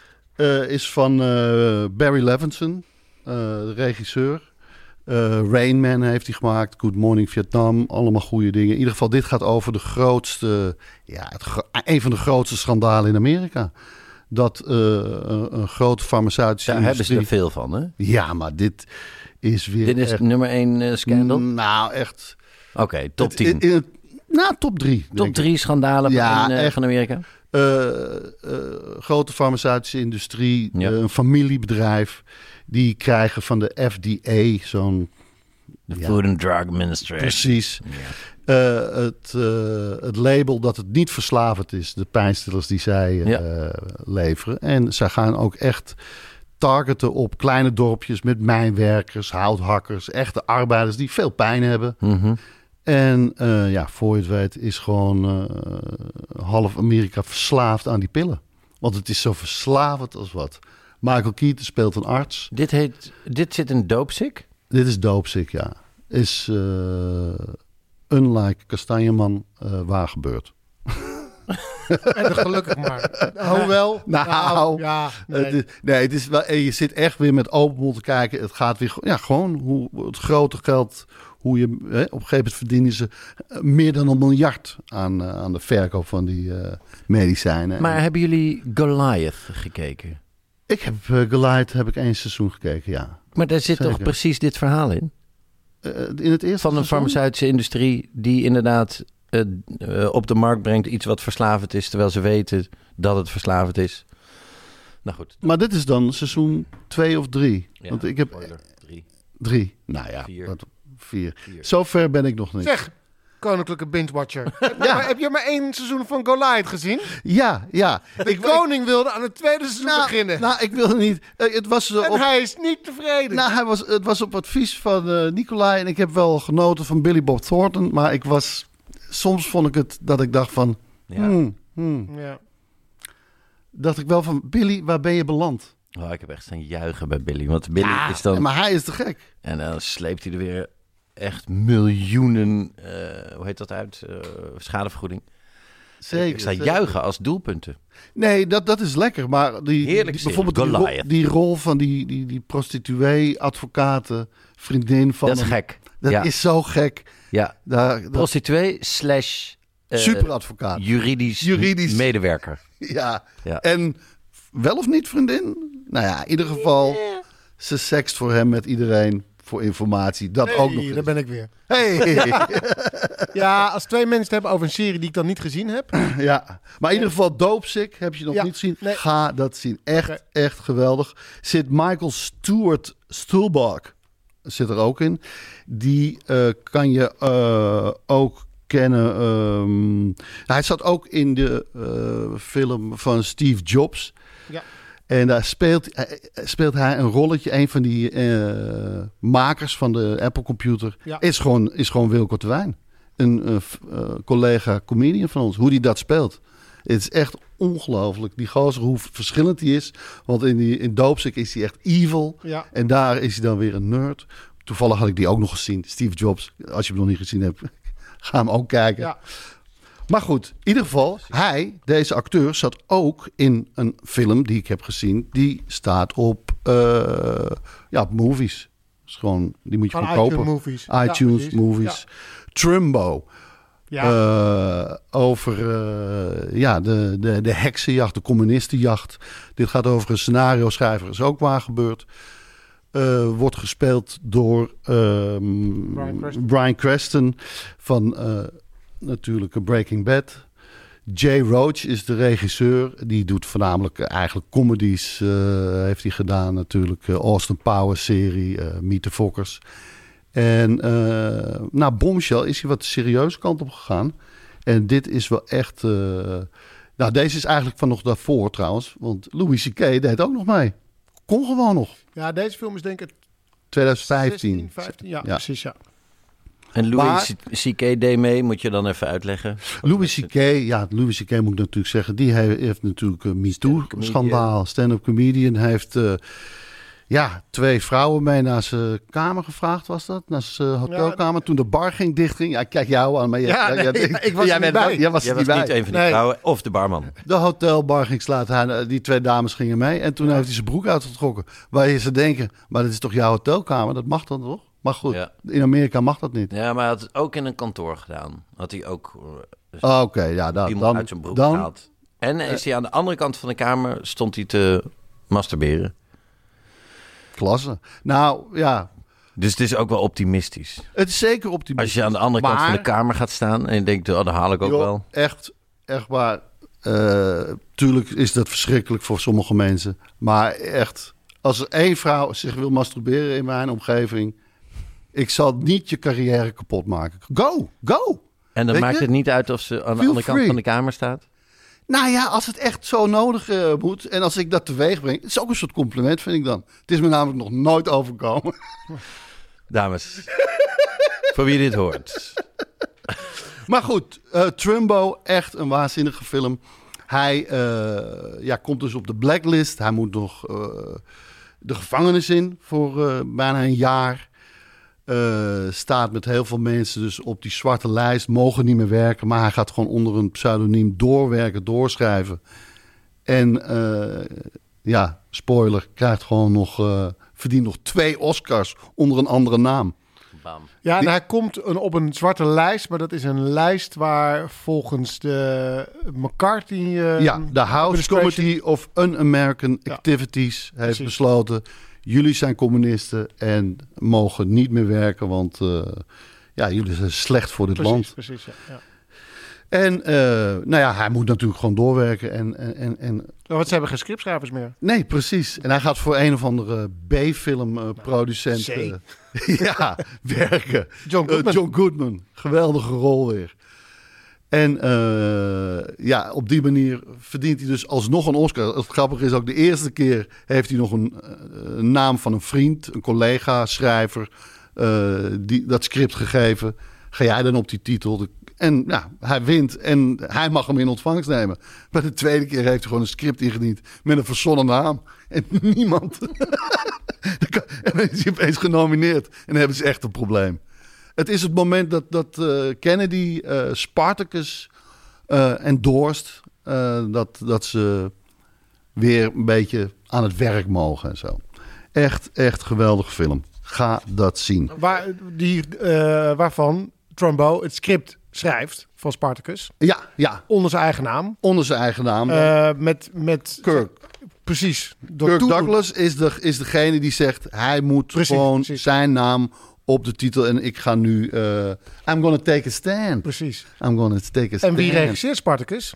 Speaker 6: uh, is van uh, Barry Levinson, uh, de regisseur. Uh, Rain Man heeft hij gemaakt. Good Morning Vietnam. Allemaal goede dingen. In ieder geval, dit gaat over de grootste... Ja, het, een van de grootste schandalen in Amerika. Dat uh, een, een grote farmaceutische
Speaker 7: Daar hebben ze
Speaker 6: industrie...
Speaker 7: er veel van, hè?
Speaker 6: Ja, maar dit is weer
Speaker 7: Dit is
Speaker 6: echt...
Speaker 7: nummer één uh, scandal?
Speaker 6: Nou, echt...
Speaker 7: Oké, okay, top
Speaker 6: het-
Speaker 7: tien.
Speaker 6: in- in het- nou, top drie.
Speaker 7: Top
Speaker 6: denk ik.
Speaker 7: drie schandalen
Speaker 6: Ja,
Speaker 7: van, uh,
Speaker 6: echt.
Speaker 7: van Amerika?
Speaker 6: Uh, uh, grote farmaceutische industrie,
Speaker 7: Ja.
Speaker 6: uh, een familiebedrijf... die krijgen van de F D A zo'n...
Speaker 7: De
Speaker 6: Ja.
Speaker 7: Food and Drug Administration.
Speaker 6: Precies.
Speaker 7: Ja.
Speaker 6: Uh, het, uh, het label dat het niet verslavend is. De pijnstillers die zij uh,
Speaker 7: Ja.
Speaker 6: leveren. En zij gaan ook echt targeten op kleine dorpjes... met mijnwerkers, houthakkers, echte arbeiders... die veel pijn hebben.
Speaker 7: Mhm.
Speaker 6: En uh, ja, voor je het weet is gewoon uh, half Amerika verslaafd aan die pillen. Want het is zo verslavend als wat. Michael Keaton speelt een arts.
Speaker 7: Dit, heet, dit zit in Dopesick?
Speaker 6: Dit is Dopesick, ja. Is uh, unlike Kastanjeman uh, waar gebeurd.
Speaker 8: En gelukkig maar. Hoewel.
Speaker 6: Nou,
Speaker 8: ja, nee.
Speaker 6: Het is, nee, het is wel, en je zit echt weer met open mond te kijken. Het gaat weer, ja, gewoon hoe het grote geld, hoe je, hè, op een gegeven moment verdienen ze uh, meer dan een miljard aan, uh, aan de verkoop van die uh, medicijnen.
Speaker 7: Maar
Speaker 6: En
Speaker 7: hebben jullie Goliath gekeken?
Speaker 6: ik heb uh, Goliath, heb ik één seizoen gekeken, ja.
Speaker 7: Maar daar zit toch
Speaker 6: Zeker.
Speaker 7: precies dit verhaal in?
Speaker 6: Uh, in het eerste
Speaker 7: Van een
Speaker 6: seizoen?
Speaker 7: farmaceutische industrie die inderdaad uh, uh, op de markt brengt iets wat verslavend is, terwijl ze weten dat het verslavend is. Nou goed.
Speaker 6: Maar dit is dan seizoen twee of drie.
Speaker 7: Ja,
Speaker 6: Want ik heb
Speaker 7: spoiler, drie.
Speaker 6: drie. Nou ja,
Speaker 7: Vier.
Speaker 6: Wat, vier.
Speaker 7: Vier.
Speaker 6: Zover ben ik nog niet.
Speaker 8: Zeg, koninklijke binge-watcher. ja. Maar heb je maar één seizoen van Goliath gezien?
Speaker 6: Ja, ja.
Speaker 8: De
Speaker 6: ik,
Speaker 8: koning wilde aan het tweede seizoen
Speaker 6: nou,
Speaker 8: beginnen.
Speaker 6: Nou, ik wilde niet. Uh, het was, uh,
Speaker 8: en
Speaker 6: op,
Speaker 8: hij is niet tevreden.
Speaker 6: Nou, hij was, het was op advies van uh, Nicolai. En ik heb wel genoten van Billy Bob Thornton. Maar ik was... Soms vond ik het dat ik dacht van...
Speaker 7: Ja.
Speaker 6: Hmm, hmm.
Speaker 8: Ja.
Speaker 6: Dacht ik wel van... Billy, waar ben je beland?
Speaker 7: Oh, ik heb echt staan juichen bij Billy. Want Billy
Speaker 6: Ja,
Speaker 7: is dan...
Speaker 6: maar hij is te gek.
Speaker 7: En dan sleept hij er weer echt miljoenen... Uh, hoe heet dat uit? Uh, schadevergoeding.
Speaker 6: Zeker.
Speaker 7: Ik sta
Speaker 6: zeker.
Speaker 7: juichen als doelpunten.
Speaker 6: Nee, dat, dat is lekker. Maar die,
Speaker 7: Heerlijk
Speaker 6: die, bijvoorbeeld die rol, die rol van die, die, die prostituee, advocaten, vriendin van...
Speaker 7: Dat is
Speaker 6: een,
Speaker 7: gek.
Speaker 6: Dat
Speaker 7: ja.
Speaker 6: is zo gek.
Speaker 7: Ja.
Speaker 6: Daar, dat...
Speaker 7: Prostituee slash... Uh,
Speaker 6: Superadvocaat.
Speaker 7: Juridisch,
Speaker 6: juridisch
Speaker 7: medewerker.
Speaker 6: Ja.
Speaker 7: ja.
Speaker 6: En wel of niet vriendin? Nou ja, in ieder geval... Yeah. Ze sext voor hem met iedereen voor informatie. Dat
Speaker 8: hey,
Speaker 6: ook nog eens.
Speaker 8: Daar ben ik weer.
Speaker 6: Hey.
Speaker 8: Ja. ja, als twee mensen het hebben over een serie die ik dan niet gezien heb.
Speaker 6: Ja, maar in ieder geval Dopesick heb je nog
Speaker 8: ja.
Speaker 6: niet gezien.
Speaker 8: Nee.
Speaker 6: Ga dat zien. Echt,
Speaker 8: okay.
Speaker 6: echt geweldig. Zit Michael Stuart Stuhlbarg zit er ook in. Die uh, kan je uh, ook kennen. Um, hij zat ook in de uh, film van Steve Jobs.
Speaker 8: Ja.
Speaker 6: En daar speelt, speelt hij een rolletje. Een van die uh, makers van de Apple computer ja. is, gewoon, is gewoon Wilco Terwijn. Een uh, uh, collega comedian van ons. Hoe die dat speelt. Het is echt ongelooflijk. Die gozer, hoe verschillend hij is. Want in, die, in Dopesick is hij echt evil.
Speaker 8: Ja.
Speaker 6: En daar is hij dan weer een nerd. Toevallig had ik die ook nog gezien. Steve Jobs. Als je hem nog niet gezien hebt, ga hem ook kijken.
Speaker 8: Ja.
Speaker 6: Maar goed, in ieder geval, hij, deze acteur, zat ook in een film die ik heb gezien. Die staat op, uh, ja, op movies. Dus gewoon, die moet je
Speaker 8: Van
Speaker 6: gewoon
Speaker 8: iTunes
Speaker 6: kopen.
Speaker 8: Movies.
Speaker 6: iTunes
Speaker 8: ja,
Speaker 6: Movies. Ja. Trumbo. Ja. Uh, over uh, ja, de, de, de heksenjacht, de communistenjacht. Dit gaat over een scenario schrijver. Is ook waar gebeurd. Uh, wordt gespeeld door um,
Speaker 8: Bryan Cranston.
Speaker 6: Bryan Cranston van... Uh, natuurlijk Breaking Bad. Jay Roach is de regisseur. Die doet voornamelijk eigenlijk comedies. Uh, heeft hij gedaan natuurlijk. Uh, Austin Powers serie. Uh, Meet the Fockers. En uh, na Bombshell is hij wat de serieuze kant op gegaan. En dit is wel echt... Uh, nou, deze is eigenlijk van nog daarvoor trouwens. Want Louis C K deed ook nog mee. Kon gewoon nog.
Speaker 8: Ja, deze film is denk ik...
Speaker 6: twintig vijftien.
Speaker 8: zestien, vijftien, ja,
Speaker 6: ja,
Speaker 8: precies, ja.
Speaker 7: En Louis C K deed mee, moet je dan even uitleggen?
Speaker 6: Louis C K, ja, Louis C K moet ik natuurlijk zeggen, die heeft natuurlijk een MeToo-schandaal. Stand-up comedian heeft, uh, ja, twee vrouwen mee naar zijn kamer gevraagd, was dat? Naar zijn hotelkamer, ja, toen de bar ging dichtging. Ja, kijk jou aan, maar je,
Speaker 8: ja, nee,
Speaker 6: ja,
Speaker 8: ja, ik was
Speaker 6: jij
Speaker 8: er niet
Speaker 6: bent,
Speaker 8: bij.
Speaker 6: Jij was,
Speaker 7: jij
Speaker 6: niet,
Speaker 7: was
Speaker 6: bij.
Speaker 7: niet een van die
Speaker 8: nee.
Speaker 7: vrouwen of de barman.
Speaker 6: De hotelbar ging sluiten, die twee dames gingen mee en toen ja. heeft hij zijn broek uitgetrokken. Waar je ze denken, maar dit is toch jouw hotelkamer, dat mag dan toch? Maar goed, ja. In Amerika mag dat niet.
Speaker 7: Ja, maar hij had het ook in een kantoor gedaan. Had hij ook
Speaker 6: dus oh, oké, okay, ja, dan, dan
Speaker 7: uit zijn broek
Speaker 6: dan,
Speaker 7: gehaald. En uh, is hij aan de andere kant van de kamer, stond hij te masturberen.
Speaker 6: Klasse. Nou, ja.
Speaker 7: Dus het is ook wel optimistisch.
Speaker 6: Het is zeker optimistisch.
Speaker 7: Als je aan de andere
Speaker 6: maar,
Speaker 7: kant van de kamer gaat staan en je denkt, oh, dat haal ik ook
Speaker 6: joh,
Speaker 7: wel.
Speaker 6: Echt, echt waar. Uh, tuurlijk is dat verschrikkelijk voor sommige mensen. Maar echt, als er één vrouw zich wil masturberen in mijn omgeving... Ik zal niet je carrière kapot maken. Go, go.
Speaker 7: En dan
Speaker 6: Weet
Speaker 7: maakt
Speaker 6: je?
Speaker 7: het niet uit of ze aan
Speaker 6: Feel
Speaker 7: de andere
Speaker 6: free.
Speaker 7: kant van de kamer staat?
Speaker 6: Nou ja, als het echt zo nodig uh, moet. En als ik dat teweeg breng. Het is ook een soort compliment, vind ik dan. Het is me namelijk nog nooit overkomen.
Speaker 7: Dames, voor wie dit hoort.
Speaker 6: Maar goed, uh, Trumbo, echt een waanzinnige film. Hij uh, ja, komt dus op de blacklist. Hij moet nog uh, de gevangenis in voor uh, bijna een jaar. Uh, staat met heel veel mensen dus op die zwarte lijst. Mogen niet meer werken, maar hij gaat gewoon onder een pseudoniem doorwerken, doorschrijven. En uh, ja, spoiler, krijgt gewoon nog, uh, verdient nog twee Oscars onder een andere naam.
Speaker 7: Bam.
Speaker 8: Ja, en
Speaker 6: Die...
Speaker 8: hij komt een, op een zwarte lijst, maar dat is een lijst waar volgens de McCarthy... Uh,
Speaker 6: ja, de House Committee of Un-American ja. Activities heeft precies. besloten... Jullie zijn communisten en mogen niet meer werken, want uh, ja, jullie zijn slecht voor dit
Speaker 8: precies,
Speaker 6: land.
Speaker 8: Precies, ja.
Speaker 6: En uh, nou ja, hij moet natuurlijk gewoon doorwerken. En, en, en, en...
Speaker 8: Want ze hebben geen scriptschrijvers meer.
Speaker 6: Nee, precies. En hij gaat voor een of andere B-film-producent uh, uh, ja, werken.
Speaker 8: John Goodman.
Speaker 6: Uh, John Goodman. Geweldige rol weer. En uh, ja, op die manier verdient hij dus alsnog een Oscar. Het grappige is ook, de eerste keer heeft hij nog een, een naam van een vriend, een collega, schrijver, uh, die dat script gegeven. Ga jij dan op die titel? En ja, hij wint en hij mag hem in ontvangst nemen. Maar de tweede keer heeft hij gewoon een script ingediend met een verzonnen naam. En niemand. En dan is hij opeens genomineerd. En dan hebben ze echt een probleem. Het is het moment dat, dat uh, Kennedy uh, Spartacus uh, endorst. Uh, dat, dat ze weer een beetje aan het werk mogen en zo. Echt, echt geweldige film. Ga dat zien.
Speaker 8: Waar, die, uh, waarvan Trumbo het script schrijft van Spartacus.
Speaker 6: Ja, ja.
Speaker 8: Onder zijn eigen naam.
Speaker 6: Onder zijn eigen naam.
Speaker 8: Uh, met, met
Speaker 6: Kirk.
Speaker 8: Precies. Door
Speaker 6: Kirk
Speaker 8: toedoen.
Speaker 6: Douglas is, de, is degene die zegt... hij moet
Speaker 8: Precies,
Speaker 6: gewoon
Speaker 8: precies.
Speaker 6: zijn naam op de titel... en ik ga nu... Uh, I'm gonna take a stand.
Speaker 8: Precies.
Speaker 6: I'm gonna take a stand.
Speaker 8: En wie regisseert Spartacus?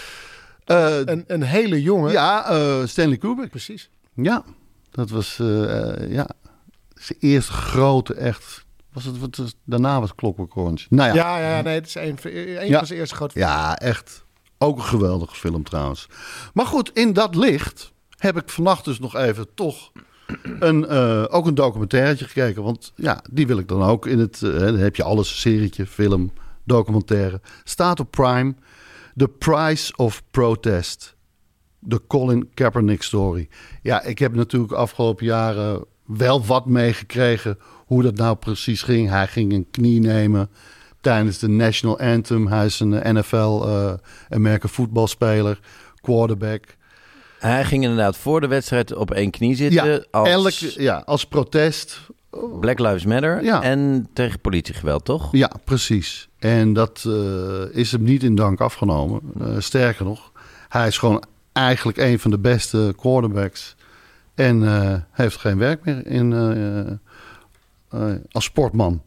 Speaker 6: Uh,
Speaker 8: een, een hele jonge...
Speaker 6: Ja, uh, Stanley Kubrick.
Speaker 8: Precies.
Speaker 6: Ja, dat was... Uh, uh, ja, zijn eerste grote echt... Was het, wat was, daarna was Clockwork Orange. Nou ja.
Speaker 8: Ja, ja, nee, het is een, een
Speaker 6: ja.
Speaker 8: van zijn eerste grote films.
Speaker 6: Ja, echt. Ook een geweldige film trouwens. Maar goed, in dat licht heb ik vannacht dus nog even toch een, uh, ook een documentairetje gekeken. Want ja, die wil ik dan ook in het... Uh, dan heb je alles, serietje, film, documentaire. Staat op Prime. The Price of Protest. De Colin Kaepernick story. Ja, ik heb natuurlijk de afgelopen jaren wel wat meegekregen hoe dat nou precies ging. Hij ging een knie nemen tijdens de National Anthem. Hij is een N F L, uh, American voetbalspeler, quarterback.
Speaker 7: Hij ging inderdaad voor de wedstrijd op één knie zitten.
Speaker 6: Ja,
Speaker 7: als
Speaker 6: elke, ja als protest.
Speaker 7: Black Lives Matter
Speaker 6: ja.
Speaker 7: en tegen politiegeweld, toch?
Speaker 6: Ja, precies. En dat uh, is hem niet in dank afgenomen. Uh, sterker nog, hij is gewoon eigenlijk een van de beste quarterbacks. En uh, heeft geen werk meer in, uh, uh, als sportman.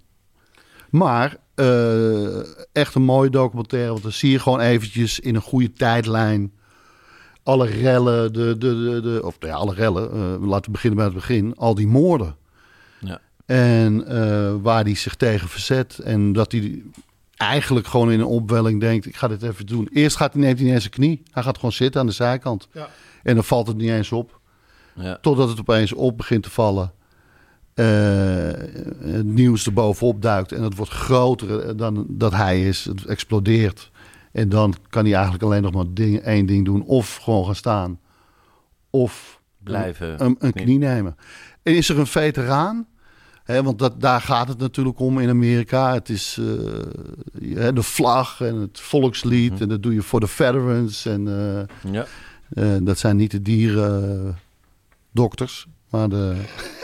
Speaker 6: Maar uh, echt een mooie documentaire. Want dan zie je gewoon eventjes in een goede tijdlijn alle rellen. De, de, de, de, of ja, alle rellen. Uh, laten we beginnen bij het begin. Al die moorden.
Speaker 7: Ja.
Speaker 6: En uh, waar hij zich tegen verzet. En dat hij eigenlijk gewoon in een opwelling denkt... ik ga dit even doen. Eerst gaat hij, neemt hij niet eens zijn knie. Hij gaat gewoon zitten aan de zijkant. Ja. En dan valt het niet eens op. Ja. Totdat het opeens op begint te vallen. Uh, het nieuws erbovenop duikt. En het wordt groter dan dat hij is. Het explodeert. En dan kan hij eigenlijk alleen nog maar ding, één ding doen. Of gewoon gaan staan. Of
Speaker 7: blijven.
Speaker 6: Een, een knie nemen. En is er een veteraan? He, want dat, daar gaat het natuurlijk om in Amerika. Het is uh, de vlag en het volkslied. Mm-hmm. En dat doe je voor de veterans. En uh, ja. uh, dat zijn niet de dieren... Uh, dokters, maar de...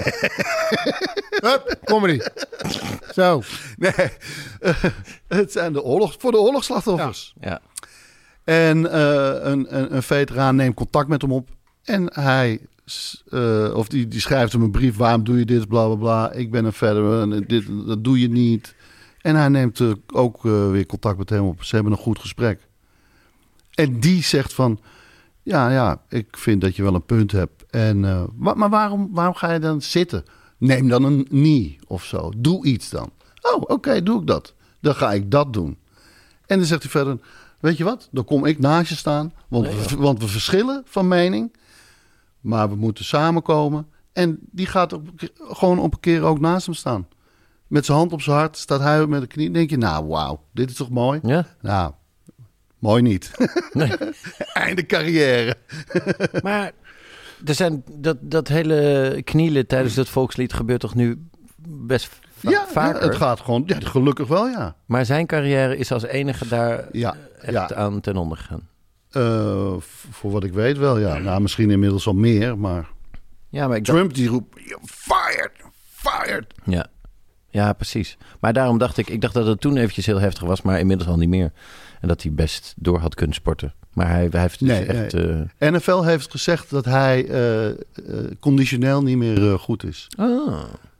Speaker 8: Hup, comedy. Zo.
Speaker 6: Nee, uh, het zijn de oorlog, voor de oorlogsslachtoffers.
Speaker 7: Ja. Ja.
Speaker 6: En uh, een, een, een veteraan neemt contact met hem op. En hij, uh, of die, die schrijft hem een brief. Waarom doe je dit? Bla, bla, bla. Ik ben een veteraan. Dit, dat doe je niet. En hij neemt uh, ook uh, weer contact met hem op. Ze hebben een goed gesprek. En die zegt van... Ja, ja, ik vind dat je wel een punt hebt. En, uh, wa- maar waarom, waarom ga je dan zitten? Neem dan een knee of zo. Doe iets dan. Oh, oké, okay, doe ik dat. Dan ga ik dat doen. En dan zegt hij verder... Weet je wat? Dan kom ik naast je staan. Want, nee, we, want we verschillen van mening. Maar we moeten samenkomen. En die gaat op, gewoon op een keer ook naast hem staan. Met zijn hand op zijn hart staat hij met de knie. Dan denk je, nou, wauw, dit is toch mooi?
Speaker 7: Ja.
Speaker 6: Nou... Mooi niet. Nee. Einde carrière.
Speaker 7: Maar er zijn dat, dat hele knielen tijdens het volkslied gebeurt toch nu best va-
Speaker 6: ja,
Speaker 7: vaker?
Speaker 6: Ja, het gaat gewoon, ja, gelukkig wel, ja.
Speaker 7: Maar zijn carrière is als enige daar
Speaker 6: ja,
Speaker 7: echt
Speaker 6: ja.
Speaker 7: aan ten onder gegaan?
Speaker 6: Uh, voor wat ik weet wel, ja. Nou, misschien inmiddels al meer, maar...
Speaker 7: Ja, maar ik
Speaker 6: Trump
Speaker 7: dacht...
Speaker 6: die roept, fired, fired.
Speaker 7: Ja. Ja, precies. Maar daarom dacht ik, ik dacht dat het toen eventjes heel heftig was, maar inmiddels al niet meer. En dat hij best door had kunnen sporten. Maar hij, hij heeft dus
Speaker 6: nee,
Speaker 7: echt...
Speaker 6: Nee.
Speaker 7: Uh...
Speaker 6: N F L heeft gezegd dat hij uh, uh, conditioneel niet meer uh, goed is.
Speaker 7: Ah,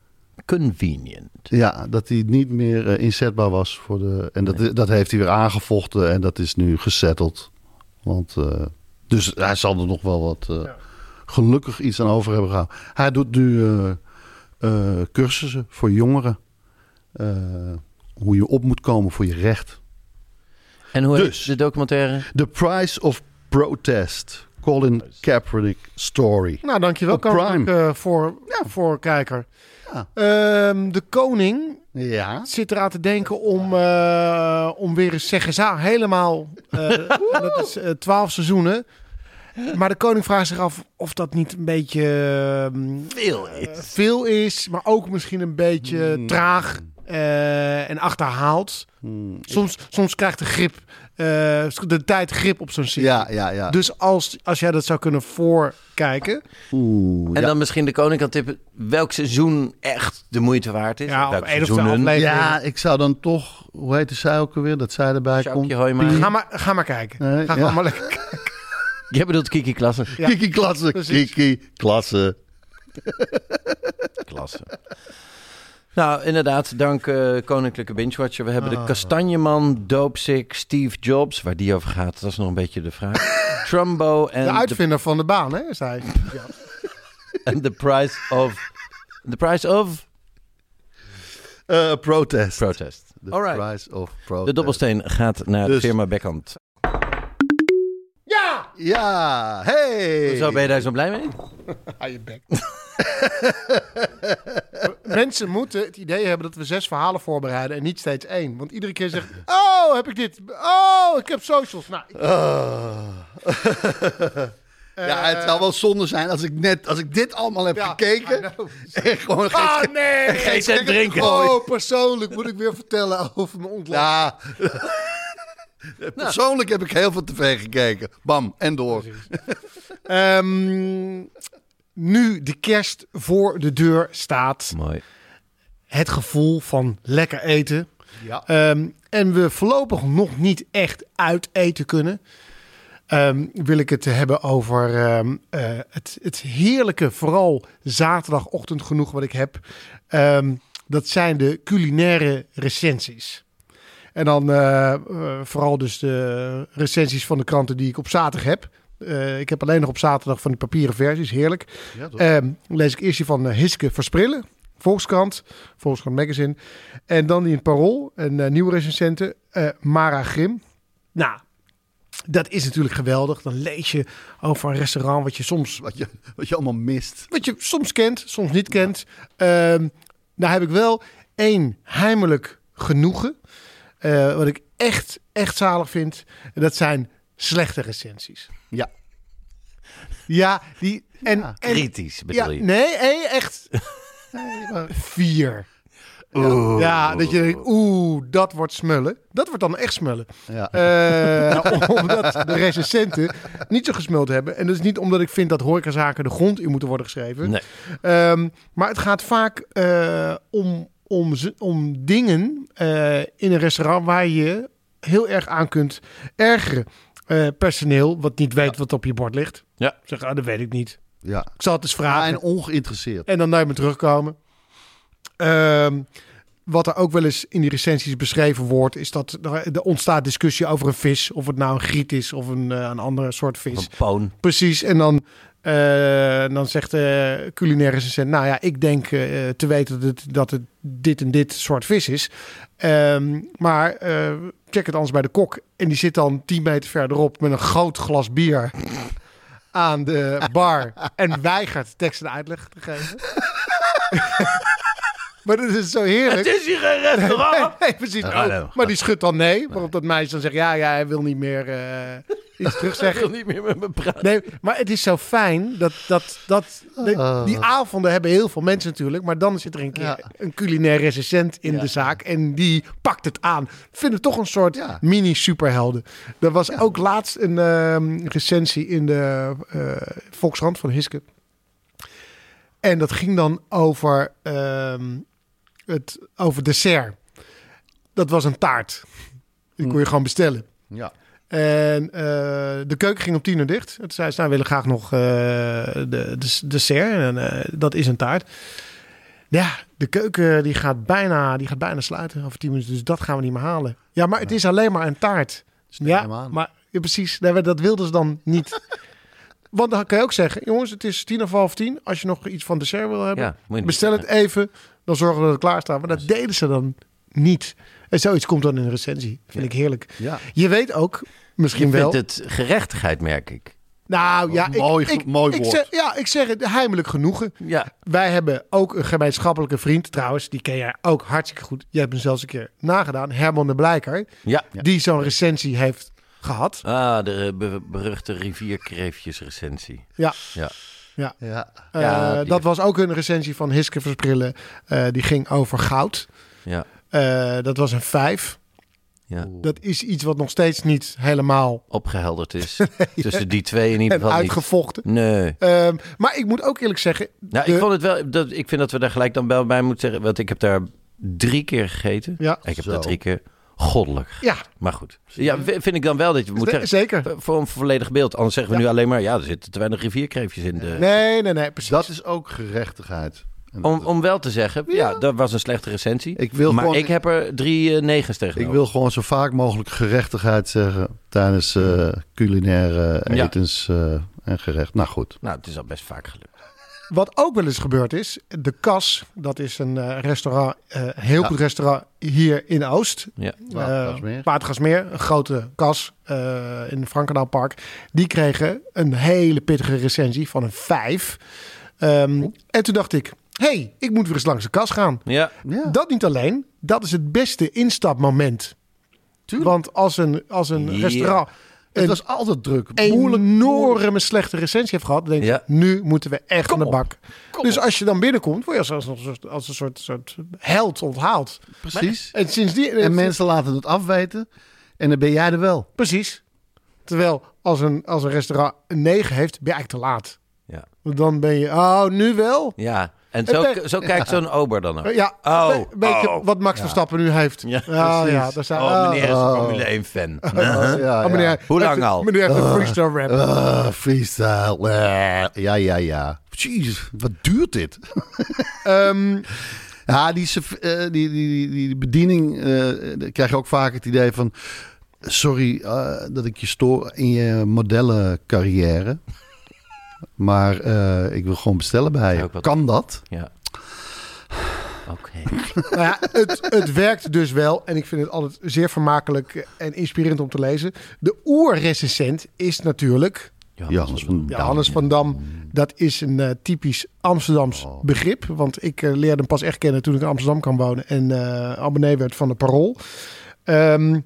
Speaker 7: convenient.
Speaker 6: Ja, dat hij niet meer uh, inzetbaar was voor de. En dat, nee. dat heeft hij weer aangevochten en dat is nu gesetteld. Want uh, dus hij zal er nog wel wat uh, ja. gelukkig iets aan over hebben gehouden. Hij doet nu uh, uh, cursussen voor jongeren. Uh, hoe je op moet komen voor je recht.
Speaker 7: En hoe
Speaker 6: dus,
Speaker 7: heet de documentaire?
Speaker 6: The Price of Protest. Colin Kaepernick Story.
Speaker 8: Nou, dankjewel.
Speaker 6: Op Prime.
Speaker 8: Uh, voor, ja. voor kijker. Ja. Uh, de koning ja. zit eraan te denken om, uh, om weer eens zeggen za helemaal. Uh, dat is uh, twaalf seizoenen. Maar de koning vraagt zich af of dat niet een beetje uh,
Speaker 7: veel is.
Speaker 8: Uh, veel is, maar ook misschien een beetje mm. traag uh, en achterhaald. Mm. Soms, soms krijgt de grip, uh, de tijd grip op zo'n serie.
Speaker 6: Ja, ja, ja.
Speaker 8: Dus als, als jij dat zou kunnen voorkijken.
Speaker 7: Oeh, en ja. dan misschien de koning kan tippen welk seizoen echt de moeite waard is.
Speaker 8: Ja,
Speaker 7: welk
Speaker 8: of één of twee afleveringen.
Speaker 6: Ja, ik zou dan toch, hoe heet de zij ook alweer, dat zij erbij komt.
Speaker 8: Ga maar, ga maar kijken. Nee, ga ja. maar lekker kijken.
Speaker 7: Jij bedoelt Kiki Klasse.
Speaker 6: Ja. Kiki Klasse, Precies. Kiki Klasse.
Speaker 7: Klasse. Nou, inderdaad, dank uh, Koninklijke Binge-Watcher. We hebben ah. de Kastanjeman, Dopesick, Steve Jobs, waar die over gaat, dat is nog een beetje de vraag. Trumbo en...
Speaker 8: De uitvinder de... van de baan, hè, is hij.
Speaker 7: En the price of... The price of...
Speaker 6: Uh, protest.
Speaker 7: Protest.
Speaker 6: The
Speaker 7: All right.
Speaker 6: price of protest.
Speaker 7: De dobbelsteen gaat naar dus... de firma Beckhand.
Speaker 8: Ja!
Speaker 6: Ja, hey!
Speaker 7: Zo ben je daar zo blij mee?
Speaker 8: Hou je bek. Mensen moeten het idee hebben dat we zes verhalen voorbereiden en niet steeds één. Want iedere keer zegt, oh, heb ik dit? Oh, ik heb socials. Nou, ik...
Speaker 6: oh. Ja, het zou wel zonde zijn als ik net, als ik dit allemaal heb ja, gekeken. En gewoon geen,
Speaker 8: ah, nee!
Speaker 7: Geen cent drinken.
Speaker 8: Oh, persoonlijk moet ik weer vertellen over mijn ontslag.
Speaker 6: Ja. Persoonlijk heb ik heel veel tv gekeken. Bam, en door.
Speaker 8: um, nu de kerst voor de deur staat.
Speaker 7: Mooi.
Speaker 8: Het gevoel van lekker eten.
Speaker 6: Ja.
Speaker 8: Um, en we voorlopig nog niet echt uit eten kunnen. Um, wil ik het hebben over um, uh, het, het heerlijke, vooral zaterdagochtend genoeg wat ik heb. Um, dat zijn de culinaire recensies. En dan uh, uh, vooral dus de recensies van de kranten die ik op zaterdag heb. Uh, ik heb alleen nog op zaterdag van die papieren versies, heerlijk. Ja, um, lees ik eerst die van uh, Hiske Versprillen, Volkskrant, Volkskrant Magazine. En dan die in het Parool, een uh, nieuwe recensente, uh, Mara Grim. Nou, dat is natuurlijk geweldig. Dan lees je over een restaurant wat je soms...
Speaker 6: Wat je, wat je allemaal mist.
Speaker 8: Wat je soms kent, soms niet kent. Ja. Um, nou heb ik wel één heimelijk genoegen. Uh, wat ik echt, echt zalig vind. En dat zijn slechte recensies.
Speaker 6: Ja.
Speaker 8: Ja, die... En,
Speaker 7: ja, en, kritisch bedoel
Speaker 8: ja,
Speaker 7: je?
Speaker 8: Nee, nee, echt... Nee, maar vier.
Speaker 6: Oeh.
Speaker 8: Ja, dat je denkt, oeh, dat wordt smullen. Dat wordt dan echt smullen.
Speaker 6: Ja.
Speaker 8: Uh, omdat de recensenten niet zo gesmuld hebben. En dat is niet omdat ik vind dat horecazaken de grond in moeten worden geschreven.
Speaker 7: Nee.
Speaker 8: Um, maar het gaat vaak uh, om, om, om dingen uh, in een restaurant waar je heel erg aan kunt ergeren. Uh, personeel wat niet weet ja. wat op je bord ligt.
Speaker 7: Ja.
Speaker 8: Zeg, ah, dat weet ik niet.
Speaker 6: Ja.
Speaker 8: Ik zal het eens vragen.
Speaker 6: Ja, en ongeïnteresseerd.
Speaker 8: En dan naar me terugkomen. Um, wat er ook wel eens in die recensies beschreven wordt, is dat er ontstaat discussie over een vis. Of het nou een griet is of een, uh, een andere soort vis.
Speaker 7: Een poon.
Speaker 8: Precies. En dan, uh, dan zegt de culinaire recensent, nou ja, ik denk uh, te weten dat het, dat het dit en dit soort vis is. Um, maar uh, check het anders bij de kok. En die zit dan tien meter verderop met een groot glas bier aan de bar en weigert tekst en uitleg te geven. Maar dat is zo heerlijk.
Speaker 7: Het is hier geen restaurant.
Speaker 8: Nee, nee, precies. Oh, maar die schudt dan nee. Waarop dat meisje dan zegt, ja, ja, hij wil niet meer uh, iets terugzeggen.
Speaker 7: Hij wil niet meer met me praten.
Speaker 8: Nee, maar het is zo fijn dat, dat, dat de, die avonden hebben heel veel mensen natuurlijk. Maar dan zit er een keer ja. een culinair recensent in ja. de zaak. En die pakt het aan. Ik vind het toch een soort ja. mini-superhelden. Er was ja. ook laatst een uh, recensie in de uh, Volkskrant van Hiske. En dat ging dan over... Uh, Het, over dessert. Dat was een taart. Die kon je gewoon bestellen.
Speaker 6: Ja.
Speaker 8: En uh, de keuken ging om tien uur dicht. Toen zei ze, nou, we willen graag nog uh, de, de dessert. En uh, dat is een taart. Ja, de keuken die gaat, bijna, die gaat bijna sluiten over tien minuten. Dus dat gaan we niet meer halen. Ja, maar het is alleen maar een taart. Ja, maar ja, precies. Nee, dat wilden ze dan niet. Want dan kan je ook zeggen, jongens, het is tien of half tien. Als je nog iets van dessert wil hebben,
Speaker 7: Ja,
Speaker 8: bestel het even. Dan zorgen we dat het klaar staat. Maar dat deden ze dan niet. En zoiets komt dan in een recensie. Vind ja. ik heerlijk.
Speaker 6: Ja.
Speaker 8: Je weet ook, misschien
Speaker 7: je
Speaker 8: wel...
Speaker 7: vindt het gerechtigheid, merk ik.
Speaker 8: Nou ja,
Speaker 6: mooi,
Speaker 8: ik, ik,
Speaker 6: mooi
Speaker 8: ik
Speaker 6: woord.
Speaker 8: zeg, ja, ik zeg het heimelijk genoegen.
Speaker 7: Ja.
Speaker 8: Wij hebben ook een gemeenschappelijke vriend, trouwens. Die ken jij ook hartstikke goed. Jij hebt hem zelfs een keer nagedaan. Herman de Blijker.
Speaker 7: Ja.
Speaker 8: Die zo'n recensie heeft gehad.
Speaker 7: Ah, de be- beruchte rivierkreefjes recensie.
Speaker 8: Ja.
Speaker 7: Ja.
Speaker 8: Ja.
Speaker 6: Ja.
Speaker 8: Uh,
Speaker 7: Ja, die-
Speaker 8: dat was ook een recensie van Hiske Versprillen. Uh, die ging over goud.
Speaker 7: Ja.
Speaker 8: Uh, dat was een vijf.
Speaker 7: Ja.
Speaker 8: Dat is iets wat nog steeds niet helemaal
Speaker 7: Opgehelderd is. Tussen die twee in ieder
Speaker 8: en
Speaker 7: geval niet.
Speaker 8: uitgevochten.
Speaker 7: Nee.
Speaker 8: Uh, maar ik moet ook eerlijk zeggen...
Speaker 7: Nou,
Speaker 8: de-
Speaker 7: ik vond het wel. Dat, ik vind dat we daar gelijk dan wel bij moeten zeggen. Want ik heb daar drie keer gegeten.
Speaker 8: Ja.
Speaker 7: Ik heb
Speaker 6: Zo.
Speaker 7: daar drie keer goddelijk.
Speaker 8: Ja,
Speaker 7: Maar goed. Ja, v- vind ik dan wel dat je moet
Speaker 8: z-
Speaker 7: zeggen.
Speaker 8: zeker.
Speaker 7: Voor een volledig beeld. Anders zeggen we
Speaker 8: Ja.
Speaker 7: nu alleen maar. Ja, er zitten te weinig rivierkreefjes in de.
Speaker 8: Nee, nee, nee, precies.
Speaker 6: Dat is ook gerechtigheid. En
Speaker 7: Om,
Speaker 6: dat-
Speaker 7: om wel te zeggen, ja.
Speaker 6: Ja.
Speaker 7: dat was een slechte recensie.
Speaker 6: Ik wil
Speaker 7: maar
Speaker 6: gewoon-
Speaker 7: ik heb er drie uh, negens tegen.
Speaker 6: Ik wil gewoon zo vaak mogelijk gerechtigheid zeggen tijdens uh, culinaire
Speaker 7: Ja.
Speaker 6: etens uh, en gerecht. Nou goed.
Speaker 7: Nou, het is al best vaak gelukt.
Speaker 8: Wat ook wel eens gebeurd is, de Kas, dat is een uh, restaurant, uh, heel
Speaker 6: Ja.
Speaker 8: goed restaurant hier in Oost.
Speaker 7: Ja.
Speaker 6: Watergasmeer.
Speaker 8: Watergasmeer, een grote kas uh, in het Frankenaalpark. Die kregen een hele pittige recensie van een vijf. Um, en toen dacht ik, hey, ik moet weer eens langs de kas gaan.
Speaker 7: Ja.
Speaker 6: Ja.
Speaker 8: Dat niet alleen, dat is het beste instapmoment.
Speaker 6: Tuurlijk.
Speaker 8: Want als een, als een
Speaker 7: Ja.
Speaker 8: restaurant
Speaker 6: Het
Speaker 8: een
Speaker 6: was altijd druk.
Speaker 8: een
Speaker 6: Moeilijk.
Speaker 8: enorme slechte recensie heeft gehad, dan denk je,
Speaker 7: Ja.
Speaker 8: nu moeten we echt
Speaker 7: Kom
Speaker 8: aan de
Speaker 7: op.
Speaker 8: bak. Dus als je dan binnenkomt, word je als, als, als, als een soort, soort held onthaald.
Speaker 6: Precies.
Speaker 8: En sindsdien...
Speaker 6: En mensen laten het afweten. En dan ben jij er wel.
Speaker 8: Precies. Terwijl als een, als een restaurant een negen heeft, ben je eigenlijk te laat.
Speaker 7: Ja.
Speaker 8: Want dan ben je, oh, nu wel?
Speaker 7: Ja. En zo,
Speaker 8: En ben-
Speaker 7: zo kijkt zo'n ober dan ook.
Speaker 8: Ja,
Speaker 7: Oh,
Speaker 8: een beetje
Speaker 7: oh.
Speaker 8: wat Max Verstappen nu heeft.
Speaker 7: Ja,
Speaker 8: ja,
Speaker 6: precies.
Speaker 8: ja daar zijn,
Speaker 7: Oh, meneer is een
Speaker 6: Oh.
Speaker 7: Formule één fan.
Speaker 6: Ja,
Speaker 8: Oh, meneer,
Speaker 6: ja.
Speaker 7: Hoe lang
Speaker 8: heeft-
Speaker 7: al?
Speaker 8: Meneer heeft een freestyle rap.
Speaker 6: Ah, freestyle. Ah, ja, ja, ja. Jeez, wat duurt dit?
Speaker 8: Ehm,
Speaker 6: Ja, die, serv- eh, die, die, die, die bediening, eh, daar krijg je ook vaak het idee van... Sorry eh, dat ik je stoor in je modellencarrière. Maar eh, ik wil gewoon bestellen bij
Speaker 7: Ja,
Speaker 6: je.
Speaker 7: ook wat-
Speaker 6: Kan dat?
Speaker 7: Ja. Oké.
Speaker 8: nou ja, het, het werkt dus wel. En ik vind het altijd zeer vermakelijk en inspirerend om te lezen. De oerrecensent is natuurlijk...
Speaker 6: Johannes van Dam.
Speaker 8: Johannes van Dam. Dat is een uh, typisch Amsterdams
Speaker 6: Oh.
Speaker 8: begrip. Want ik uh, leerde hem pas echt kennen toen ik in Amsterdam kwam wonen. En uh, abonnee werd van de Parool. Um,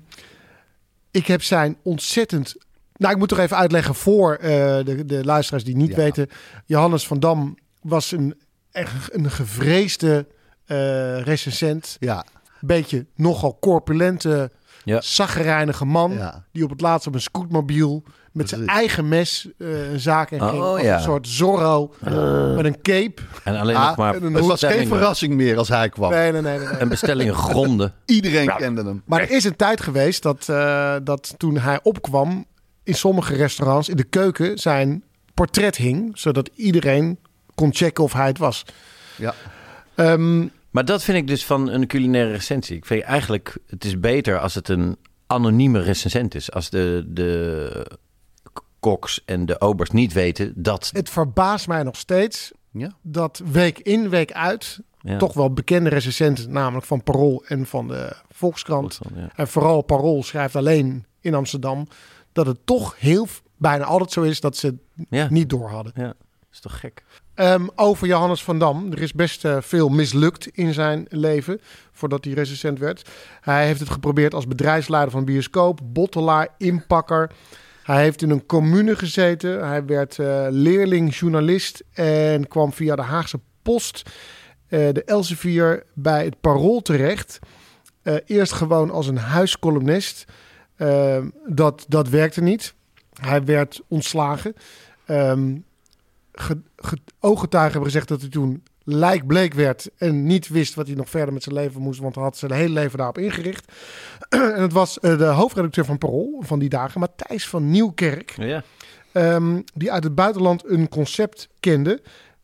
Speaker 8: ik heb zijn ontzettend... Nou, ik moet toch even uitleggen voor uh, de, de luisteraars die niet
Speaker 6: Ja.
Speaker 8: weten. Johannes van Dam was een, echt een gevreesde uh, recensent.
Speaker 6: Ja,
Speaker 8: Beetje nogal corpulente,
Speaker 7: Ja.
Speaker 8: zaggerijnige man.
Speaker 6: ja.
Speaker 8: Die op het laatst op een scootmobiel met zijn
Speaker 6: Precies.
Speaker 8: eigen mes uh, een zaak in ging.
Speaker 7: Oh,
Speaker 8: Als
Speaker 7: ja.
Speaker 8: een soort Zorro met een cape.
Speaker 7: En alleen
Speaker 6: Ah,
Speaker 7: nog maar
Speaker 8: en een
Speaker 6: Het was geen
Speaker 7: bestellingen.
Speaker 6: verrassing meer als hij kwam.
Speaker 8: Nee, nee, nee. nee, nee.
Speaker 7: En bestellingen gronden.
Speaker 6: Iedereen kende hem.
Speaker 8: Maar er is een tijd geweest dat, uh, dat toen hij opkwam... in sommige restaurants in de keuken zijn portret hing... zodat iedereen kon checken of hij het was.
Speaker 6: Ja.
Speaker 8: Um,
Speaker 7: Maar dat vind ik dus van een culinaire recensie. Ik vind eigenlijk, het is beter als het een anonieme recensent is. Als de, de koks en de obers niet weten dat...
Speaker 8: het verbaast mij nog steeds
Speaker 6: Ja.
Speaker 8: dat week in, week uit...
Speaker 7: Ja.
Speaker 8: toch wel bekende recensenten, namelijk van Parool en van de Volkskrant...
Speaker 7: Ja.
Speaker 8: en vooral Parool schrijft alleen in Amsterdam... dat het toch heel bijna altijd zo is dat ze het
Speaker 7: Ja.
Speaker 8: niet door hadden.
Speaker 7: Ja, dat is toch gek?
Speaker 8: Um, over Johannes van Dam. Er is best uh, veel mislukt in zijn leven voordat hij recensent werd. Hij heeft het geprobeerd als bedrijfsleider van bioscoop, bottelaar, inpakker. Hij heeft in een commune gezeten. Hij werd uh, leerling-journalist en kwam via de Haagse Post, uh, de Elsevier, bij het Parool terecht. Uh, eerst gewoon als een huiscolumnist. Uh, dat, dat werkte niet. Hij werd ontslagen. Um, Ge, ge, ooggetuigen hebben gezegd dat hij toen lijkbleek werd en niet wist wat hij nog verder met zijn leven moest, want hij had zijn hele leven daarop ingericht. En het was uh, de hoofdredacteur van Parool van die dagen, Matthijs van Nieuwkerk,
Speaker 7: Ja.
Speaker 8: um, die uit het buitenland een concept kende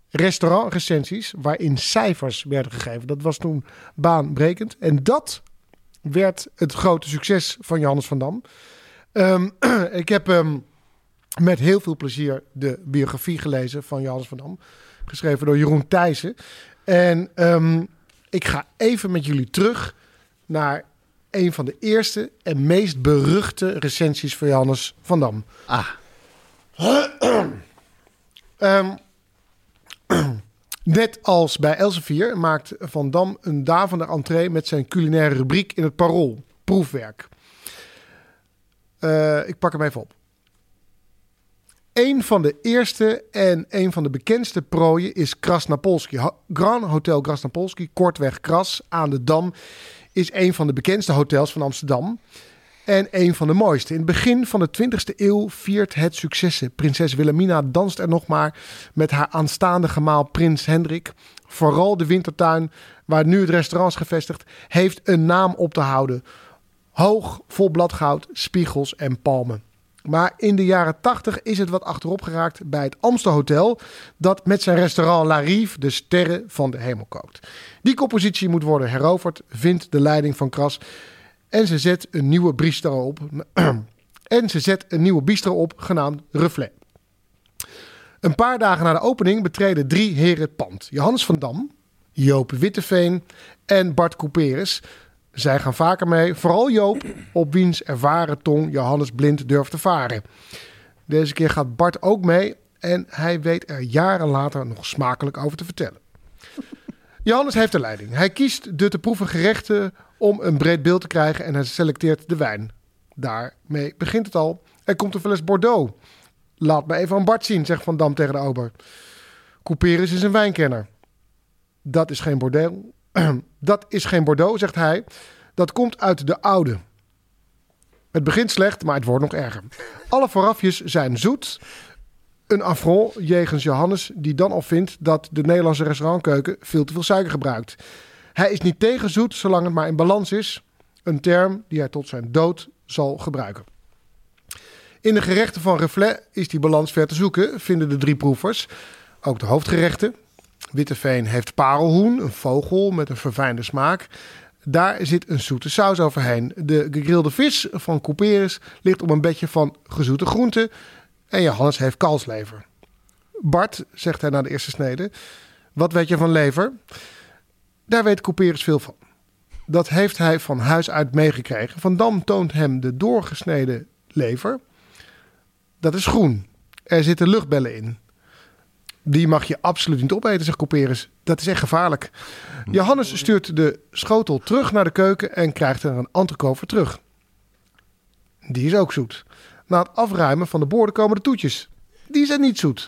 Speaker 8: restaurantrecensies waarin cijfers werden gegeven. Dat was toen baanbrekend. En dat werd het grote succes van Johannes van Dam. Um, ik heb um, met heel veel plezier de biografie gelezen van Johannes van Dam. Geschreven door Jeroen Thijssen. En um, ik ga even met jullie terug naar een van de eerste en meest beruchte recensies van Johannes van Dam.
Speaker 6: Ah.
Speaker 8: um, Net als bij Elsevier maakt Van Dam een davende entree met zijn culinaire rubriek in het Parool. Proefwerk. Uh, ik pak hem even op. Een van de eerste en een van de bekendste prooien is Krasnapolski. Grand Hotel Krasnapolski, kortweg Kras, aan de Dam, is een van de bekendste hotels van Amsterdam. En een van de mooiste. In het begin van de twintigste eeuw viert het successen. Prinses Wilhelmina danst er nog maar met haar aanstaande gemaal Prins Hendrik. Vooral de Wintertuin, waar nu het restaurant is gevestigd, heeft een naam op te houden. Hoog, vol bladgoud, spiegels en palmen. Maar in de jaren tachtig is het wat achterop geraakt bij het Amstel Hotel, dat met zijn restaurant La Rive de sterren van de hemel kookt. Die compositie moet worden heroverd, vindt de leiding van Kras. En ze zet een nieuwe bistro op. en ze zet een nieuwe bistro op, genaamd Reflet. Een paar dagen na de opening betreden drie heren het pand. Johannes van Dam, Joop Witteveen en Bart Couperus. Zij gaan vaker mee, vooral Joop, op wiens ervaren tong Johannes blind durft te varen. Deze keer gaat Bart ook mee en hij weet er jaren later nog smakelijk over te vertellen. Johannes heeft de leiding. Hij kiest de te proeven gerechten om een breed beeld te krijgen en hij selecteert de wijn. Daarmee begint het al. Er komt een fles Bordeaux. Laat me even aan Bart zien, zegt Van Dam tegen de ober. Couperus is een wijnkenner. Dat is geen Bordeaux. Dat is geen Bordeaux, zegt hij. Dat komt uit de oude. Het begint slecht, maar het wordt nog erger. Alle voorafjes zijn zoet. Een affront jegens Johannes, die dan al vindt dat de Nederlandse restaurantkeuken veel te veel suiker gebruikt. Hij is niet tegen zoet, zolang het maar in balans is. Een term die hij tot zijn dood zal gebruiken. In de gerechten van Reflet is die balans ver te zoeken, vinden de drie proevers. Ook de hoofdgerechten. Witteveen heeft parelhoen, een vogel met een verfijnde smaak. Daar zit een zoete saus overheen. De gegrilde vis van Couperus ligt op een bedje van gezoete groenten. En Johannes heeft kalfslever. Bart, zegt hij na de eerste snede, wat weet je van lever? Daar weet Couperus veel van. Dat heeft hij van huis uit meegekregen. Van Dam toont hem de doorgesneden lever. Dat is groen. Er zitten luchtbellen in. Die mag je absoluut niet opeten, zegt Couperus. Dat is echt gevaarlijk. Johannes stuurt de schotel terug naar de keuken en krijgt er een entrecote voor terug. Die is ook zoet. Na het afruimen van de borden komen de toetjes. Die zijn niet zoet.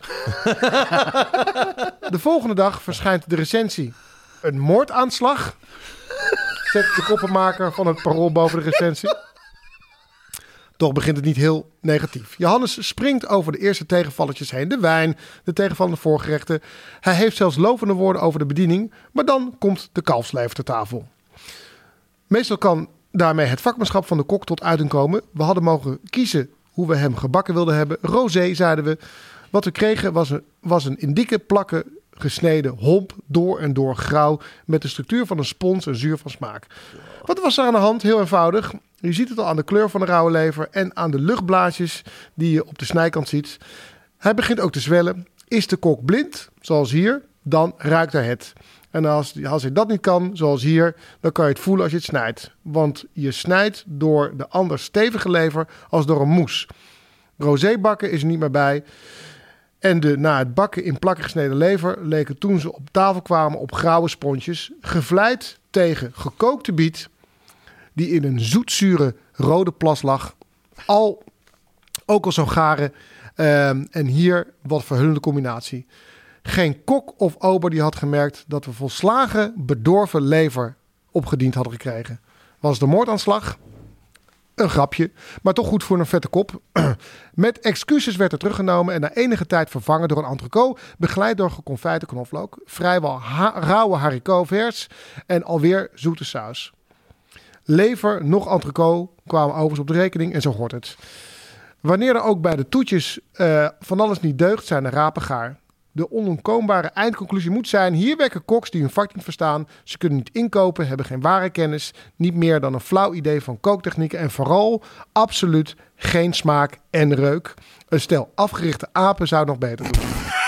Speaker 8: De volgende dag verschijnt de recensie. Een moordaanslag, zet de koppenmaker van het Parool boven de recensie. Toch begint het niet heel negatief. Johannes springt over de eerste tegenvalletjes heen. De wijn, de tegenvallende voorgerechten. Hij heeft zelfs lovende woorden over de bediening. Maar dan komt de kalfslever ter tafel. Meestal kan daarmee het vakmanschap van de kok tot uiting komen. We hadden mogen kiezen hoe we hem gebakken wilden hebben. Rosé, zeiden we. Wat we kregen was een, was een in dikke plakken gesneden homp, door en door grauw, met de structuur van een spons en zuur van smaak. Wat was er aan de hand? Heel eenvoudig. Je ziet het al aan de kleur van de rauwe lever en aan de luchtblaasjes die je op de snijkant ziet. Hij begint ook te zwellen. Is de kok blind, zoals hier, dan ruikt hij het. En als, als hij dat niet kan, zoals hier, dan kan je het voelen als je het snijdt. Want je snijdt door de anders stevige lever als door een moes. Rosé bakken is er niet meer bij. En de na het bakken in plakken gesneden lever leken toen ze op tafel kwamen op grauwe sponsjes, gevleid tegen gekookte biet, die in een zoetzure rode plas lag. Al, ook al zo'n garen. Um, en hier wat verhullende combinatie. Geen kok of ober die had gemerkt dat we volslagen bedorven lever opgediend hadden gekregen. Was de moordaanslag? Een grapje, maar toch goed voor een vette kop. Met excuses werd er teruggenomen en na enige tijd vervangen door een entrecote, begeleid door geconfijte knoflook, vrijwel ha- rauwe haricots vers en alweer zoete saus. Lever, nog entrecote kwamen overigens op de rekening en zo hoort het. Wanneer er ook bij de toetjes uh, van alles niet deugt, zijn de rapen gaar. De onontkombare eindconclusie moet zijn... hier werken koks die hun vak niet verstaan. Ze kunnen niet inkopen, hebben geen ware kennis. Niet meer dan een flauw idee van kooktechnieken. En vooral absoluut geen smaak en reuk. Een stel afgerichte apen zou nog beter doen.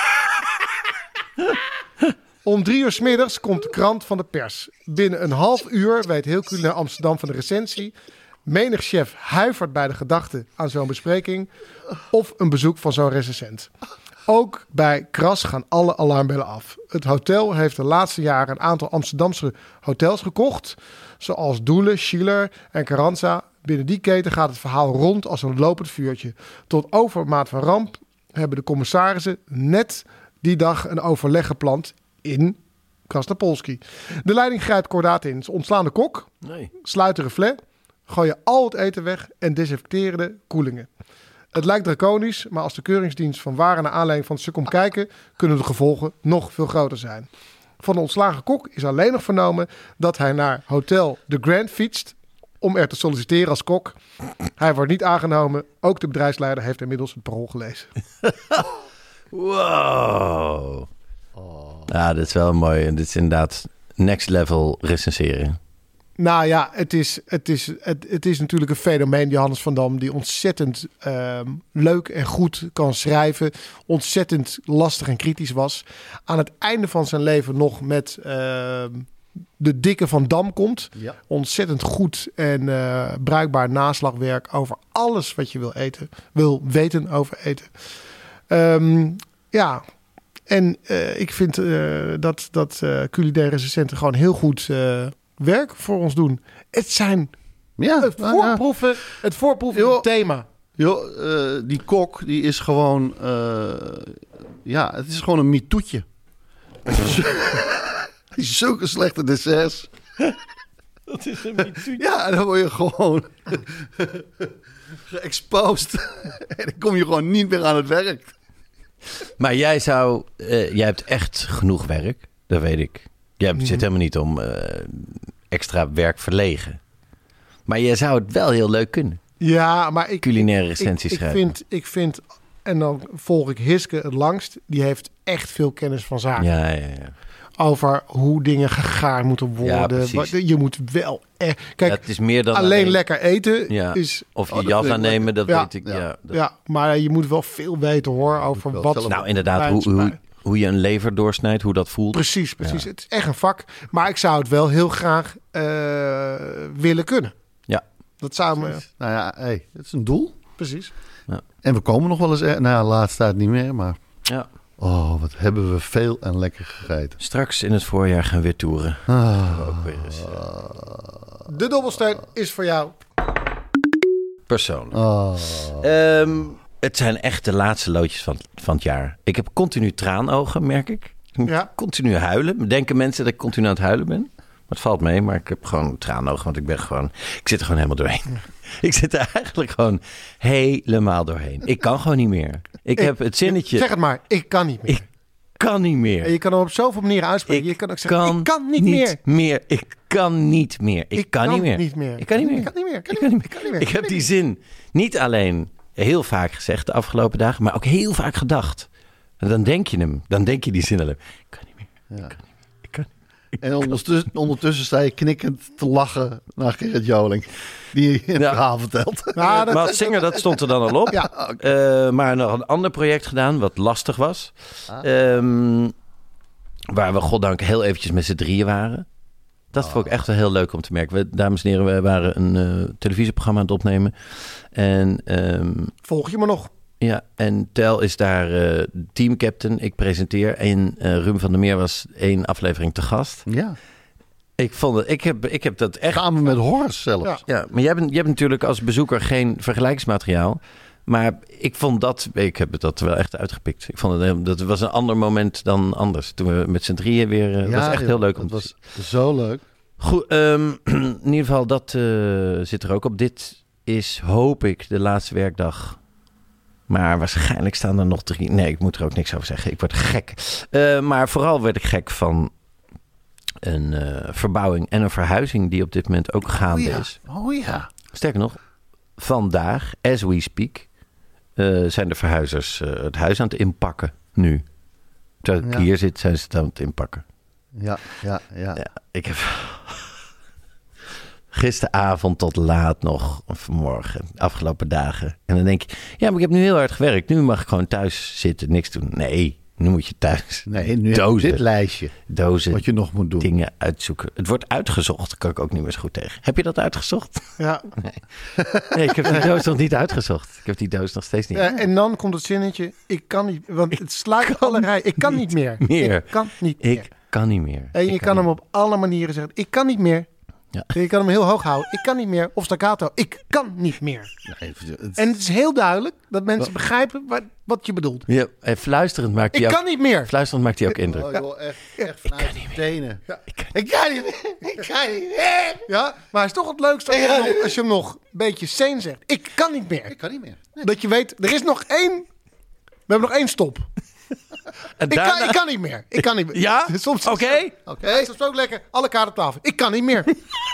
Speaker 8: Om drie uur 's middags komt de krant van de pers. Binnen een half uur weet heel Culinair Amsterdam van de recensie. Menig chef huivert bij de gedachte aan zo'n bespreking... of een bezoek van zo'n recensent. Ook bij Kras gaan alle alarmbellen af. Het hotel heeft de laatste jaren een aantal Amsterdamse hotels gekocht... zoals Doelen, Schiller en Carranza. Binnen die keten gaat het verhaal rond als een lopend vuurtje. Tot overmaat van ramp hebben de commissarissen net die dag een overleg gepland... in Krasnapolski. De leiding grijpt kordaat in. Ze ontslaan de kok,
Speaker 7: Nee.
Speaker 8: sluiten reflet, gooien al het eten weg en desinfecteren de koelingen. Het lijkt draconisch, maar als de keuringsdienst van waar naar aanleiding van het stuk komt kijken, kunnen de gevolgen nog veel groter zijn. Van de ontslagen kok is alleen nog vernomen dat hij naar Hotel The Grand fietst om er te solliciteren als kok. Hij wordt niet aangenomen. Ook de bedrijfsleider heeft inmiddels het parool gelezen.
Speaker 7: Wow. Ja, dit is wel mooi. Dit is inderdaad next level recenseren.
Speaker 8: Nou ja, het is, het is, het, het is natuurlijk een fenomeen, Johannes van Dam, die ontzettend um, leuk en goed kan schrijven. Ontzettend lastig en kritisch was. Aan het einde van zijn leven nog met uh, de dikke Van Dam komt. Ja. Ontzettend goed en uh, bruikbaar naslagwerk over alles wat je wil eten. Wil weten over eten. Um, ja, en uh, ik vind uh, dat, dat uh, culinaire recensenten gewoon heel goed... Uh, werk voor ons doen. Het zijn
Speaker 6: ja,
Speaker 8: het voorproeven, ja. het voorproeven
Speaker 6: Yo,
Speaker 8: thema.
Speaker 6: Joh, uh, die kok, die is gewoon... Uh, ja, het is gewoon een mitoetje. Zulke slechte desserts.
Speaker 7: Dat is een mitoetje.
Speaker 6: Ja, dan word je gewoon geëxposed. En dan kom je gewoon niet meer aan het werk.
Speaker 7: Maar jij zou... Uh, jij hebt echt genoeg werk. Dat weet ik. Jij zit helemaal niet om uh, extra werk verlegen. Maar je zou het wel heel leuk kunnen.
Speaker 8: Ja, maar ik...
Speaker 7: Culinaire recensies
Speaker 8: ik, ik
Speaker 7: schrijven.
Speaker 8: Vind, ik vind... En dan volg ik Hiske het langst. Die heeft echt veel kennis van zaken.
Speaker 7: Ja, ja, ja.
Speaker 8: Over hoe dingen gegaard moeten worden.
Speaker 7: Ja,
Speaker 8: je moet wel... Echt, kijk,
Speaker 7: ja, het is meer dan
Speaker 8: alleen,
Speaker 7: alleen
Speaker 8: lekker eten
Speaker 7: ja.
Speaker 8: is...
Speaker 7: Of je
Speaker 6: oh,
Speaker 7: jas aannemen, dat
Speaker 8: ja.
Speaker 7: weet ik. Ja,
Speaker 8: Ja,
Speaker 7: dat...
Speaker 8: ja, maar je moet wel veel weten hoor. Over wat...
Speaker 7: Nou, inderdaad, hoe, hoe, hoe je een lever doorsnijdt, hoe dat voelt.
Speaker 8: Precies, precies.
Speaker 7: Ja.
Speaker 8: Het is echt een vak. Maar ik zou het wel heel graag uh, willen kunnen.
Speaker 7: Ja.
Speaker 8: Dat zou me...
Speaker 6: Nou ja, hey, het is een doel.
Speaker 8: Precies.
Speaker 6: Ja. En we komen nog wel eens... Er... Nou, laatst tijd niet meer, maar...
Speaker 7: Ja.
Speaker 6: Oh, wat hebben we veel en lekker gegeten.
Speaker 7: Straks in het voorjaar gaan we weer toeren.
Speaker 6: Ah.
Speaker 7: Ook weer eens.
Speaker 8: De dobbelsteen is voor jou.
Speaker 7: Persoonlijk.
Speaker 6: Oh.
Speaker 7: Um, het zijn echt de laatste loodjes van, van het jaar. Ik heb continu traanogen, merk ik. Ik moet
Speaker 8: Ja.
Speaker 7: continu huilen. Denken mensen dat ik continu aan het huilen ben? Maar het valt mee, maar ik heb gewoon traanogen. Want ik ben gewoon... Ik zit er gewoon helemaal doorheen. Ja. Ik zit er eigenlijk gewoon helemaal doorheen. Ik kan gewoon niet meer. Ik, ik heb het zinnetje...
Speaker 8: Zeg het maar, ik kan niet meer.
Speaker 7: Ik kan niet meer.
Speaker 8: En je kan hem op zoveel manieren uitspreken.
Speaker 7: Ik
Speaker 8: je kan ook zeggen,
Speaker 7: kan
Speaker 8: ik kan niet,
Speaker 7: niet
Speaker 8: meer.
Speaker 7: meer. Ik kan niet meer. Ik,
Speaker 8: Ik
Speaker 7: kan,
Speaker 8: kan
Speaker 7: niet meer.
Speaker 8: niet meer.
Speaker 7: Ik kan niet meer.
Speaker 8: Ik kan niet meer.
Speaker 7: Ik kan niet meer.
Speaker 8: Ik kan niet meer.
Speaker 7: Ik heb die zin niet alleen heel vaak gezegd de afgelopen dagen, maar ook heel vaak gedacht. En dan denk je hem. Dan denk je die zin alleen. Ik kan niet meer.
Speaker 6: Ja.
Speaker 7: Ik kan niet meer. Ik kan niet meer. Ik
Speaker 6: En ondertussen, ondertussen sta je knikkend te lachen naar Gerrit Joling. Die een
Speaker 7: Ja.
Speaker 6: verhaal vertelt.
Speaker 8: Nou, dat,
Speaker 7: Maar als zinger, dat stond er dan al op.
Speaker 8: Ja.
Speaker 7: Uh, maar nog een ander project gedaan, wat lastig was.
Speaker 6: Ah.
Speaker 7: Um, waar we, goddank, heel eventjes met z'n drieën waren. Dat vond ik echt wel heel leuk om te merken. We, dames en heren, we waren een uh, televisieprogramma aan het opnemen. En, um,
Speaker 8: volg je me nog?
Speaker 7: ja, en Tel is daar uh, teamcaptain. Ik presenteer. En uh, Ruben van der Meer was één aflevering te gast.
Speaker 6: Ja.
Speaker 7: Ik vond het, ik heb, ik heb dat echt...
Speaker 6: Samen met Horst zelfs.
Speaker 8: Ja.
Speaker 7: Ja, maar jij bent, jij hebt natuurlijk als bezoeker geen vergelijkingsmateriaal. Maar ik vond dat... Ik heb het dat wel echt uitgepikt. Ik vond het, dat was een ander moment dan anders. Toen we met z'n drieën weer... Het
Speaker 6: Ja,
Speaker 7: was echt
Speaker 6: joh,
Speaker 7: heel leuk om
Speaker 6: het
Speaker 7: te zien.
Speaker 6: was zo leuk.
Speaker 7: Goed, um, in ieder geval, dat uh, zit er ook op. Dit is, hoop ik, de laatste werkdag. Maar waarschijnlijk staan er nog drie... Nee, ik moet er ook niks over zeggen. Ik word gek. Uh, maar vooral werd ik gek van een uh, verbouwing en een verhuizing die op dit moment ook gaande
Speaker 6: Oh ja.
Speaker 7: is.
Speaker 6: Oh ja.
Speaker 7: Sterker nog, vandaag, as we speak, uh, zijn de verhuizers uh, het huis aan het inpakken nu. Terwijl ik
Speaker 6: Ja.
Speaker 7: hier zit, zijn ze het aan het inpakken.
Speaker 6: Ja, ja, ja.
Speaker 7: Ja, ik heb gisteravond tot laat nog, of vanmorgen, afgelopen dagen. En dan denk je, ja, maar ik heb nu heel hard gewerkt. Nu mag ik gewoon thuis zitten, niks doen. Nee, nu moet je thuis
Speaker 6: Nee, nu heb je
Speaker 7: dozen,
Speaker 6: dit lijstje.
Speaker 7: dozen
Speaker 6: Wat je nog moet doen.
Speaker 7: dingen uitzoeken. Het wordt uitgezocht, daar kan ik ook niet meer zo goed tegen. Heb je dat uitgezocht?
Speaker 8: Ja.
Speaker 7: Nee, ik heb die doos nog niet uitgezocht. Ik heb die doos nog steeds niet.
Speaker 8: Ja, en dan komt het zinnetje, ik kan niet, want het sluit alle rijen. Ik kan niet meer.
Speaker 7: meer.
Speaker 8: Ik kan niet meer.
Speaker 7: Ik kan niet meer.
Speaker 8: En je
Speaker 7: Ik
Speaker 8: kan hem
Speaker 7: niet.
Speaker 8: op alle manieren zeggen, ik kan niet meer.
Speaker 7: Ja.
Speaker 8: Je kan hem heel hoog houden, ik kan niet meer. Of staccato, ik kan niet meer.
Speaker 6: Nee, het-
Speaker 8: En het is heel duidelijk dat mensen begrijpen wat, wat je bedoelt.
Speaker 7: Ja, en fluisterend maakt hij
Speaker 8: Ik
Speaker 7: ook,
Speaker 8: kan niet meer.
Speaker 7: fluisterend maakt hij ook indruk.
Speaker 6: Oh, joh, echt, echt vanuit de tenen. Ik kan niet meer. Ik kan niet meer.
Speaker 8: Ja, maar het is toch het leukste als je, hem nog, als je hem nog een beetje sane zegt. Ik kan niet meer.
Speaker 6: Ik kan niet meer. Nee.
Speaker 8: Dat je weet, er is nog één... We hebben nog één stop.
Speaker 7: En
Speaker 8: Ik,
Speaker 7: daarna-
Speaker 8: kan, ik kan niet meer. Ik kan niet meer.
Speaker 7: Ja?
Speaker 8: Soms
Speaker 7: Oké.
Speaker 6: Oké.
Speaker 8: Ja, soms ook lekker. Alle kaarten op tafel. Ik kan niet meer.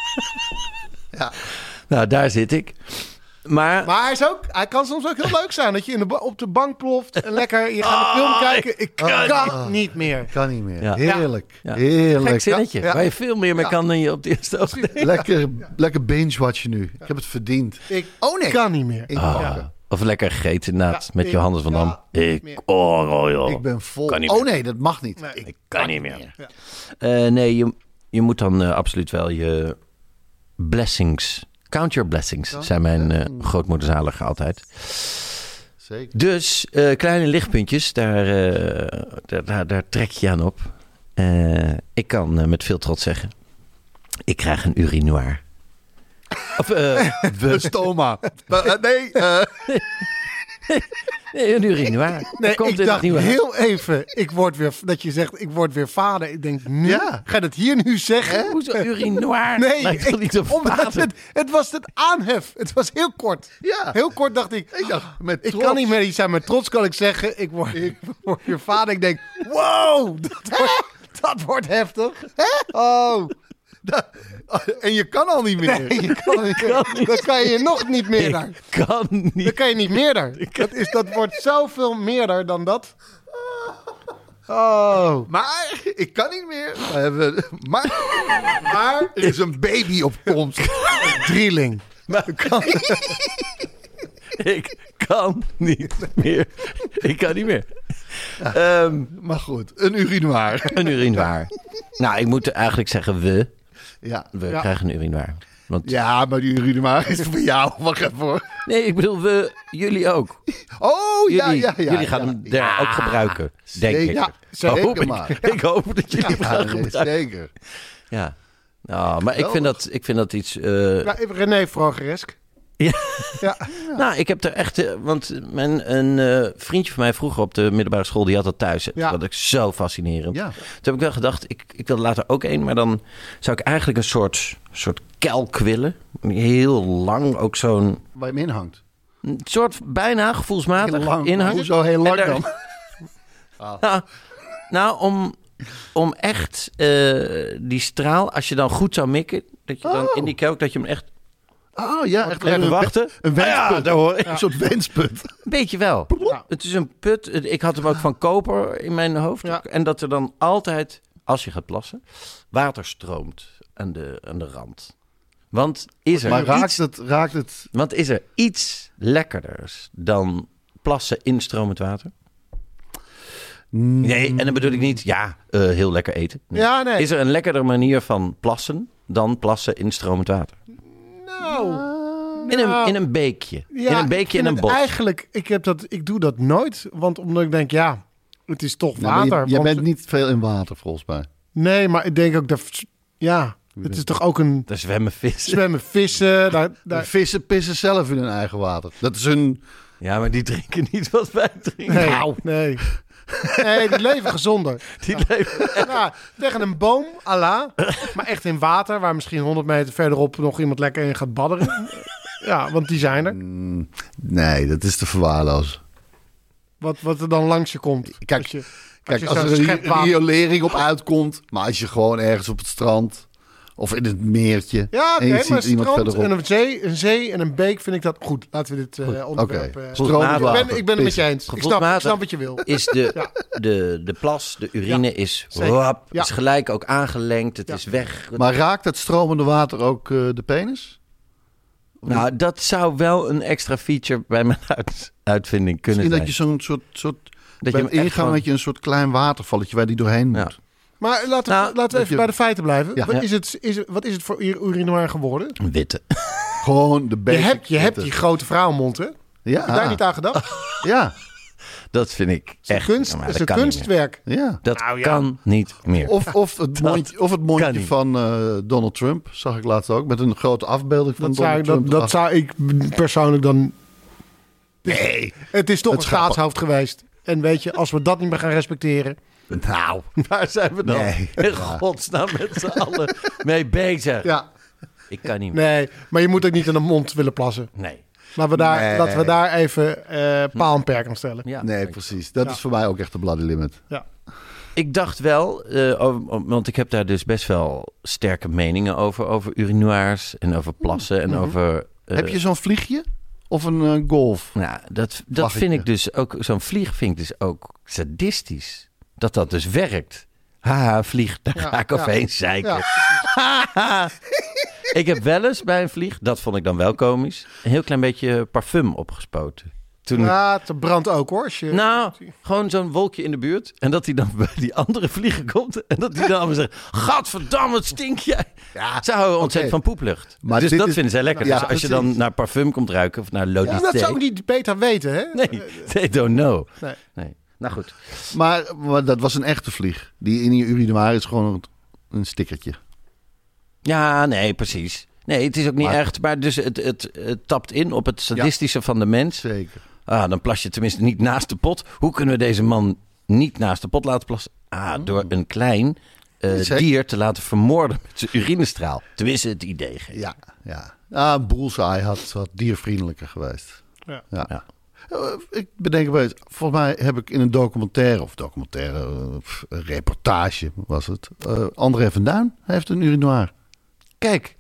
Speaker 6: Ja.
Speaker 7: Nou, daar zit ik. Maar,
Speaker 8: Maar hij, is ook, hij kan soms ook heel leuk zijn. Dat je in de, ba- op de bank ploft en lekker je gaat een film kijken. Ik kan, niet meer.
Speaker 6: Ik kan niet meer.
Speaker 7: Ja.
Speaker 6: Heerlijk.
Speaker 7: ja,
Speaker 6: Heerlijk.
Speaker 7: gek zinnetje.
Speaker 8: Ja, ja.
Speaker 7: Waar je veel meer mee kan dan je op de eerste oog denkt.
Speaker 6: Lekker, lekker binge-watchen nu. Ik heb het verdiend.
Speaker 8: Ik
Speaker 6: Oh nee.
Speaker 8: kan niet meer.
Speaker 6: Ik,
Speaker 7: Oh,
Speaker 6: ja.
Speaker 7: Of lekker gegeten inderdaad
Speaker 8: Ja,
Speaker 7: met
Speaker 8: ik-
Speaker 7: Johannes van Dam.
Speaker 8: ja, niet
Speaker 7: ik,
Speaker 8: meer.
Speaker 7: oh, oh, joh.
Speaker 6: ik ben vol.
Speaker 7: Kan niet
Speaker 6: Oh
Speaker 7: meer.
Speaker 6: nee, dat mag niet.
Speaker 8: Nee.
Speaker 7: Ik kan niet meer.
Speaker 8: Ja.
Speaker 7: Eh, nee, je, je moet dan eh, absoluut wel je blessings... Count your blessings, zei mijn eh grootmoederzalige altijd.
Speaker 6: Zeker.
Speaker 7: Dus eh, kleine lichtpuntjes, daar, eh, daar, daar, daar trek je aan op. Eh, ik kan eh, met veel trots zeggen, ik krijg een urinoir. Of, eh,
Speaker 6: De stoma. Uh, nee. Uh,
Speaker 7: nee, een urinoir.
Speaker 8: Nee,
Speaker 7: Komt
Speaker 8: ik
Speaker 7: in het
Speaker 8: dacht
Speaker 7: nieuwe huis.
Speaker 8: heel even, ik word weer, dat je zegt, ik word weer vader. Ik denk, nu,
Speaker 6: Ja.
Speaker 8: ga je dat hier nu zeggen?
Speaker 7: Hoezo urinoir?
Speaker 8: Nee,
Speaker 7: Lijkt toch
Speaker 8: ik-
Speaker 7: niet op
Speaker 8: omdat
Speaker 7: vader?
Speaker 8: het, het was het aanhef. Het was heel kort.
Speaker 6: Ja.
Speaker 8: Heel kort dacht ik,
Speaker 6: ik dacht, met
Speaker 8: ik
Speaker 6: trots.
Speaker 8: kan niet meer iets zijn. Met trots kan ik zeggen, ik word, ik word weer vader. Ik denk, wow, dat wordt, dat wordt heftig. Oh,
Speaker 6: En je kan al niet meer.
Speaker 8: nee, je kan niet meer. Dan kan je nog niet meer daar.
Speaker 7: Ik kan
Speaker 8: Dan
Speaker 7: niet.
Speaker 8: kan je niet meer daar. Dat, is, dat wordt zoveel meerder dan dat. Oh.
Speaker 6: Maar ik kan niet meer. We hebben, maar, maar er is een baby op komst.
Speaker 8: Drieling.
Speaker 7: Maar kan... ik kan niet meer. Ik kan niet meer. Ehm,
Speaker 6: Maar goed, een urinoir.
Speaker 7: een urinoir. Nou, ik moet eigenlijk zeggen we.
Speaker 6: Ja.
Speaker 7: We
Speaker 8: Ja.
Speaker 7: krijgen een urinoir. Want,
Speaker 6: Ja, maar die urinoir is voor jou. Wacht even hoor.
Speaker 7: Nee, ik bedoel we, jullie ook.
Speaker 6: Oh, ja,
Speaker 7: Jullie,
Speaker 6: ja, ja.
Speaker 7: jullie gaan
Speaker 6: ja.
Speaker 7: hem daar ook gebruiken, denk
Speaker 6: zeker.
Speaker 7: ik.
Speaker 6: Ja,
Speaker 8: zeker
Speaker 7: Hoop ik.
Speaker 6: maar.
Speaker 7: Ik hoop dat jullie hem
Speaker 6: Ja,
Speaker 7: gaan
Speaker 6: nee,
Speaker 7: gebruiken.
Speaker 6: zeker.
Speaker 7: Ja. Nou, maar ik vind dat, ik vind dat iets... eh,
Speaker 8: Ja, even René Frogeresk.
Speaker 7: Ja.
Speaker 8: Ja.
Speaker 7: Nou, ik heb er echt... eh, Want mijn, een eh, vriendje van mij vroeger op de middelbare school... die had dat thuis. Dat
Speaker 8: Ja.
Speaker 7: vond ik zo fascinerend.
Speaker 6: Ja.
Speaker 7: Toen heb ik wel gedacht... Ik, ik wil later ook één. Maar dan zou ik eigenlijk een soort, soort kelk willen. Heel lang. Ook zo'n...
Speaker 6: Waar je hem in hangt.
Speaker 7: Een soort bijna gevoelsmatig
Speaker 6: Heel lang.
Speaker 7: inhang.
Speaker 6: Hoezo heel lang
Speaker 7: En daar-
Speaker 6: dan?
Speaker 7: Nou, nou om, om echt eh, die straal... Als je dan goed zou mikken... Dat je dan
Speaker 6: Oh.
Speaker 7: in die kelk... Dat je hem echt...
Speaker 6: Oh ja, echt
Speaker 7: Even
Speaker 6: een,
Speaker 7: wachten.
Speaker 6: Een wensput.
Speaker 7: Ah ja, daar hoor ik.
Speaker 6: Een soort wensput.
Speaker 7: Een beetje wel.
Speaker 8: Ja.
Speaker 7: Het is een put. Ik had hem ook van koper in mijn hoofd.
Speaker 8: Ja.
Speaker 7: En dat er dan altijd, als je gaat plassen, water stroomt aan de, aan de rand. Want is, er
Speaker 6: Maar raakt
Speaker 7: iets,
Speaker 6: het, raakt het...
Speaker 7: want is er iets lekkerders dan plassen in stromend water? Nee, en dan bedoel ik niet, ja, eh, heel lekker eten. Nee.
Speaker 8: Ja, nee.
Speaker 7: Is er een lekkerder manier van plassen dan plassen in stromend water?
Speaker 8: Nou,
Speaker 7: In een,
Speaker 8: nou,
Speaker 7: in een beekje.
Speaker 8: ja,
Speaker 7: in een
Speaker 8: ik
Speaker 7: beekje
Speaker 8: vind
Speaker 7: in een
Speaker 8: het
Speaker 7: bos.
Speaker 8: Eigenlijk, ik, heb dat, ik doe dat nooit. Want omdat ik denk, ja, het is toch
Speaker 6: Ja, maar
Speaker 8: water.
Speaker 6: je, jij
Speaker 8: want-
Speaker 6: bent niet veel in water volgens mij.
Speaker 8: Nee, maar ik denk ook dat... Ja, het is toch ook een
Speaker 7: Er zwemmen vissen.
Speaker 8: zwemmen vissen. Daar,
Speaker 6: De
Speaker 8: daar,
Speaker 6: vissen pissen zelf in hun eigen water. Dat is hun...
Speaker 7: Ja, maar die drinken niet wat wij drinken.
Speaker 8: nee,
Speaker 6: Nou.
Speaker 8: nee. Nee, die leven gezonder.
Speaker 7: Die leven...
Speaker 8: Ja, tegen een boom, Allah. Maar echt in water, waar misschien honderd meter verderop nog iemand lekker in gaat badderen. Ja, want die zijn er.
Speaker 6: Mm, nee, dat is te verwaarlozen.
Speaker 8: Wat, wat er dan langs je komt.
Speaker 6: Kijk,
Speaker 8: Als je,
Speaker 6: Kijk,
Speaker 8: je
Speaker 6: als
Speaker 8: zo'n
Speaker 6: er
Speaker 8: schep
Speaker 6: een
Speaker 8: water-
Speaker 6: riolering op uitkomt... maar als je gewoon ergens op het strand... Of in het meertje.
Speaker 8: Ja, oké,
Speaker 6: en je
Speaker 8: maar
Speaker 6: ziet
Speaker 8: een
Speaker 6: iemand
Speaker 8: strand
Speaker 6: verderop.
Speaker 8: en een zee, een zee en een beek vind ik dat... Goed, laten we dit uh, onderwerp...
Speaker 6: Oké.
Speaker 8: Uh,
Speaker 6: Stromend
Speaker 8: ik,
Speaker 6: water,
Speaker 8: ben, ik ben het met je eens. Ik snap, ik snap wat je wil.
Speaker 7: Is de,
Speaker 8: Ja.
Speaker 7: de, de plas, de urine
Speaker 8: Ja,
Speaker 7: is,
Speaker 8: zeker.
Speaker 7: wap,
Speaker 8: Ja.
Speaker 7: is gelijk ook aangelengd. Het
Speaker 8: Ja.
Speaker 7: is weg.
Speaker 6: Maar raakt het stromende water ook uh, de penis?
Speaker 7: Nou, dat zou wel een extra feature bij mijn uit, uitvinding kunnen
Speaker 6: Misschien
Speaker 7: zijn.
Speaker 6: dat je zo'n soort... soort
Speaker 7: Dat
Speaker 6: bij
Speaker 7: je
Speaker 6: een
Speaker 7: hem echt
Speaker 6: ingang
Speaker 7: gewoon-
Speaker 6: had je een soort klein watervalletje waar die doorheen moet.
Speaker 7: Ja.
Speaker 8: Maar laten we,
Speaker 7: Nou,
Speaker 8: laten we even
Speaker 6: je-
Speaker 8: bij de feiten blijven.
Speaker 6: Ja.
Speaker 8: Wat,
Speaker 7: Ja.
Speaker 8: is het, is het, wat is het voor ur- urinoir geworden?
Speaker 7: Een witte.
Speaker 6: Gewoon de
Speaker 8: Je
Speaker 6: basic
Speaker 8: hebt, je hebt
Speaker 6: zitten.
Speaker 8: die grote vrouwenmond, hè?
Speaker 6: Ja,
Speaker 8: Heb je daar niet aan gedacht?
Speaker 6: ja,
Speaker 7: Dat vind ik
Speaker 8: Het is een,
Speaker 7: echt...
Speaker 8: kunst,
Speaker 7: Ja, maar
Speaker 8: het is
Speaker 7: dat
Speaker 8: een
Speaker 7: kan niet meer.
Speaker 8: kunstwerk.
Speaker 6: ja.
Speaker 7: Dat
Speaker 8: Nou ja.
Speaker 7: kan niet meer.
Speaker 6: Of, of het mondje, of het
Speaker 7: kan
Speaker 6: mondje
Speaker 7: niet.
Speaker 6: van uh, Donald Trump, zag ik laatst ook, met een grote afbeelding van
Speaker 8: Dat zou,
Speaker 6: Donald
Speaker 8: dat,
Speaker 6: Trump.
Speaker 8: dat
Speaker 6: erachter.
Speaker 8: zou ik persoonlijk dan...
Speaker 6: Nee.
Speaker 8: Het is toch
Speaker 6: Het
Speaker 8: een
Speaker 6: is grappig.
Speaker 8: staatshoofd geweest. En weet je, als we dat niet meer gaan respecteren...
Speaker 6: Nou,
Speaker 7: Waar zijn we dan
Speaker 6: Nee.
Speaker 7: in godsnaam met z'n allen mee bezig?
Speaker 8: Ja,
Speaker 7: Ik kan niet meer.
Speaker 8: nee. Maar je moet ook niet in de mond willen plassen.
Speaker 7: Nee.
Speaker 8: Laten we daar,
Speaker 6: Nee.
Speaker 8: laten we daar even eh paal en perk aan stellen.
Speaker 7: Ja.
Speaker 6: nee, precies. Dat
Speaker 8: Ja.
Speaker 6: is voor mij ook echt de bloody limit.
Speaker 8: Ja.
Speaker 7: Ik dacht wel, eh, over- want ik heb daar dus best wel sterke meningen over. Over urinoirs en over plassen en over... eh,
Speaker 6: Heb je zo'n vliegje? Of een uh, golf?
Speaker 7: Nou, dat, dat
Speaker 6: Vlaggetje.
Speaker 7: vind ik dus ook... Zo'n vlieg vind ik dus ook sadistisch. Dat dat dus werkt. Haha, vlieg, daar
Speaker 8: Ja,
Speaker 7: ga ik
Speaker 8: ja.
Speaker 7: overheen zeiken.
Speaker 8: Ja.
Speaker 7: Haha. Ik heb wel eens bij een vlieg, dat vond ik dan wel komisch, een heel klein beetje parfum opgespoten. Toen,
Speaker 8: Ja, het brandt ook hoor. Als je...
Speaker 7: Nou, gewoon zo'n wolkje in de buurt. En dat hij dan bij die andere vliegen komt. En dat hij dan allemaal zegt, gadverdamme, wat stink jij.
Speaker 6: Ja,
Speaker 7: Ze houden ontzettend
Speaker 6: oké.
Speaker 7: van poeplucht.
Speaker 6: Maar
Speaker 7: dus
Speaker 6: dit
Speaker 7: dat
Speaker 6: is-
Speaker 7: vinden zij lekker.
Speaker 6: Ja,
Speaker 7: dus als je
Speaker 6: precies.
Speaker 7: dan naar parfum komt ruiken of naar Lodité.
Speaker 8: dat zou ik niet beter weten, hè?
Speaker 7: Nee, they don't know.
Speaker 8: Nee.
Speaker 7: Nee. Nou goed.
Speaker 6: Maar, maar dat was een echte vlieg. Die in je urinoir is gewoon een, een stickertje.
Speaker 7: Ja, nee, precies. Nee, het is ook niet
Speaker 6: Maar-
Speaker 7: echt. Maar dus het, het, het tapt in op het sadistische van de mens.
Speaker 6: Zeker.
Speaker 7: Ah, dan plas je tenminste niet naast de pot. Hoe kunnen we deze man niet naast de pot laten plassen? Ah, door een klein eh,
Speaker 6: Zeker.
Speaker 7: dier te laten vermoorden met zijn urinestraal. Tenminste, het idee geven.
Speaker 6: Ja, ja. Ah, Bullseye had wat diervriendelijker geweest.
Speaker 8: Ja.
Speaker 6: Ja.
Speaker 7: Ja.
Speaker 6: Uh, ik bedenk wel eens, volgens mij heb ik in een documentaire, of documentaire, uh, pff, een reportage was het. Uh, André van Duin heeft een urinoir.
Speaker 7: Kijk,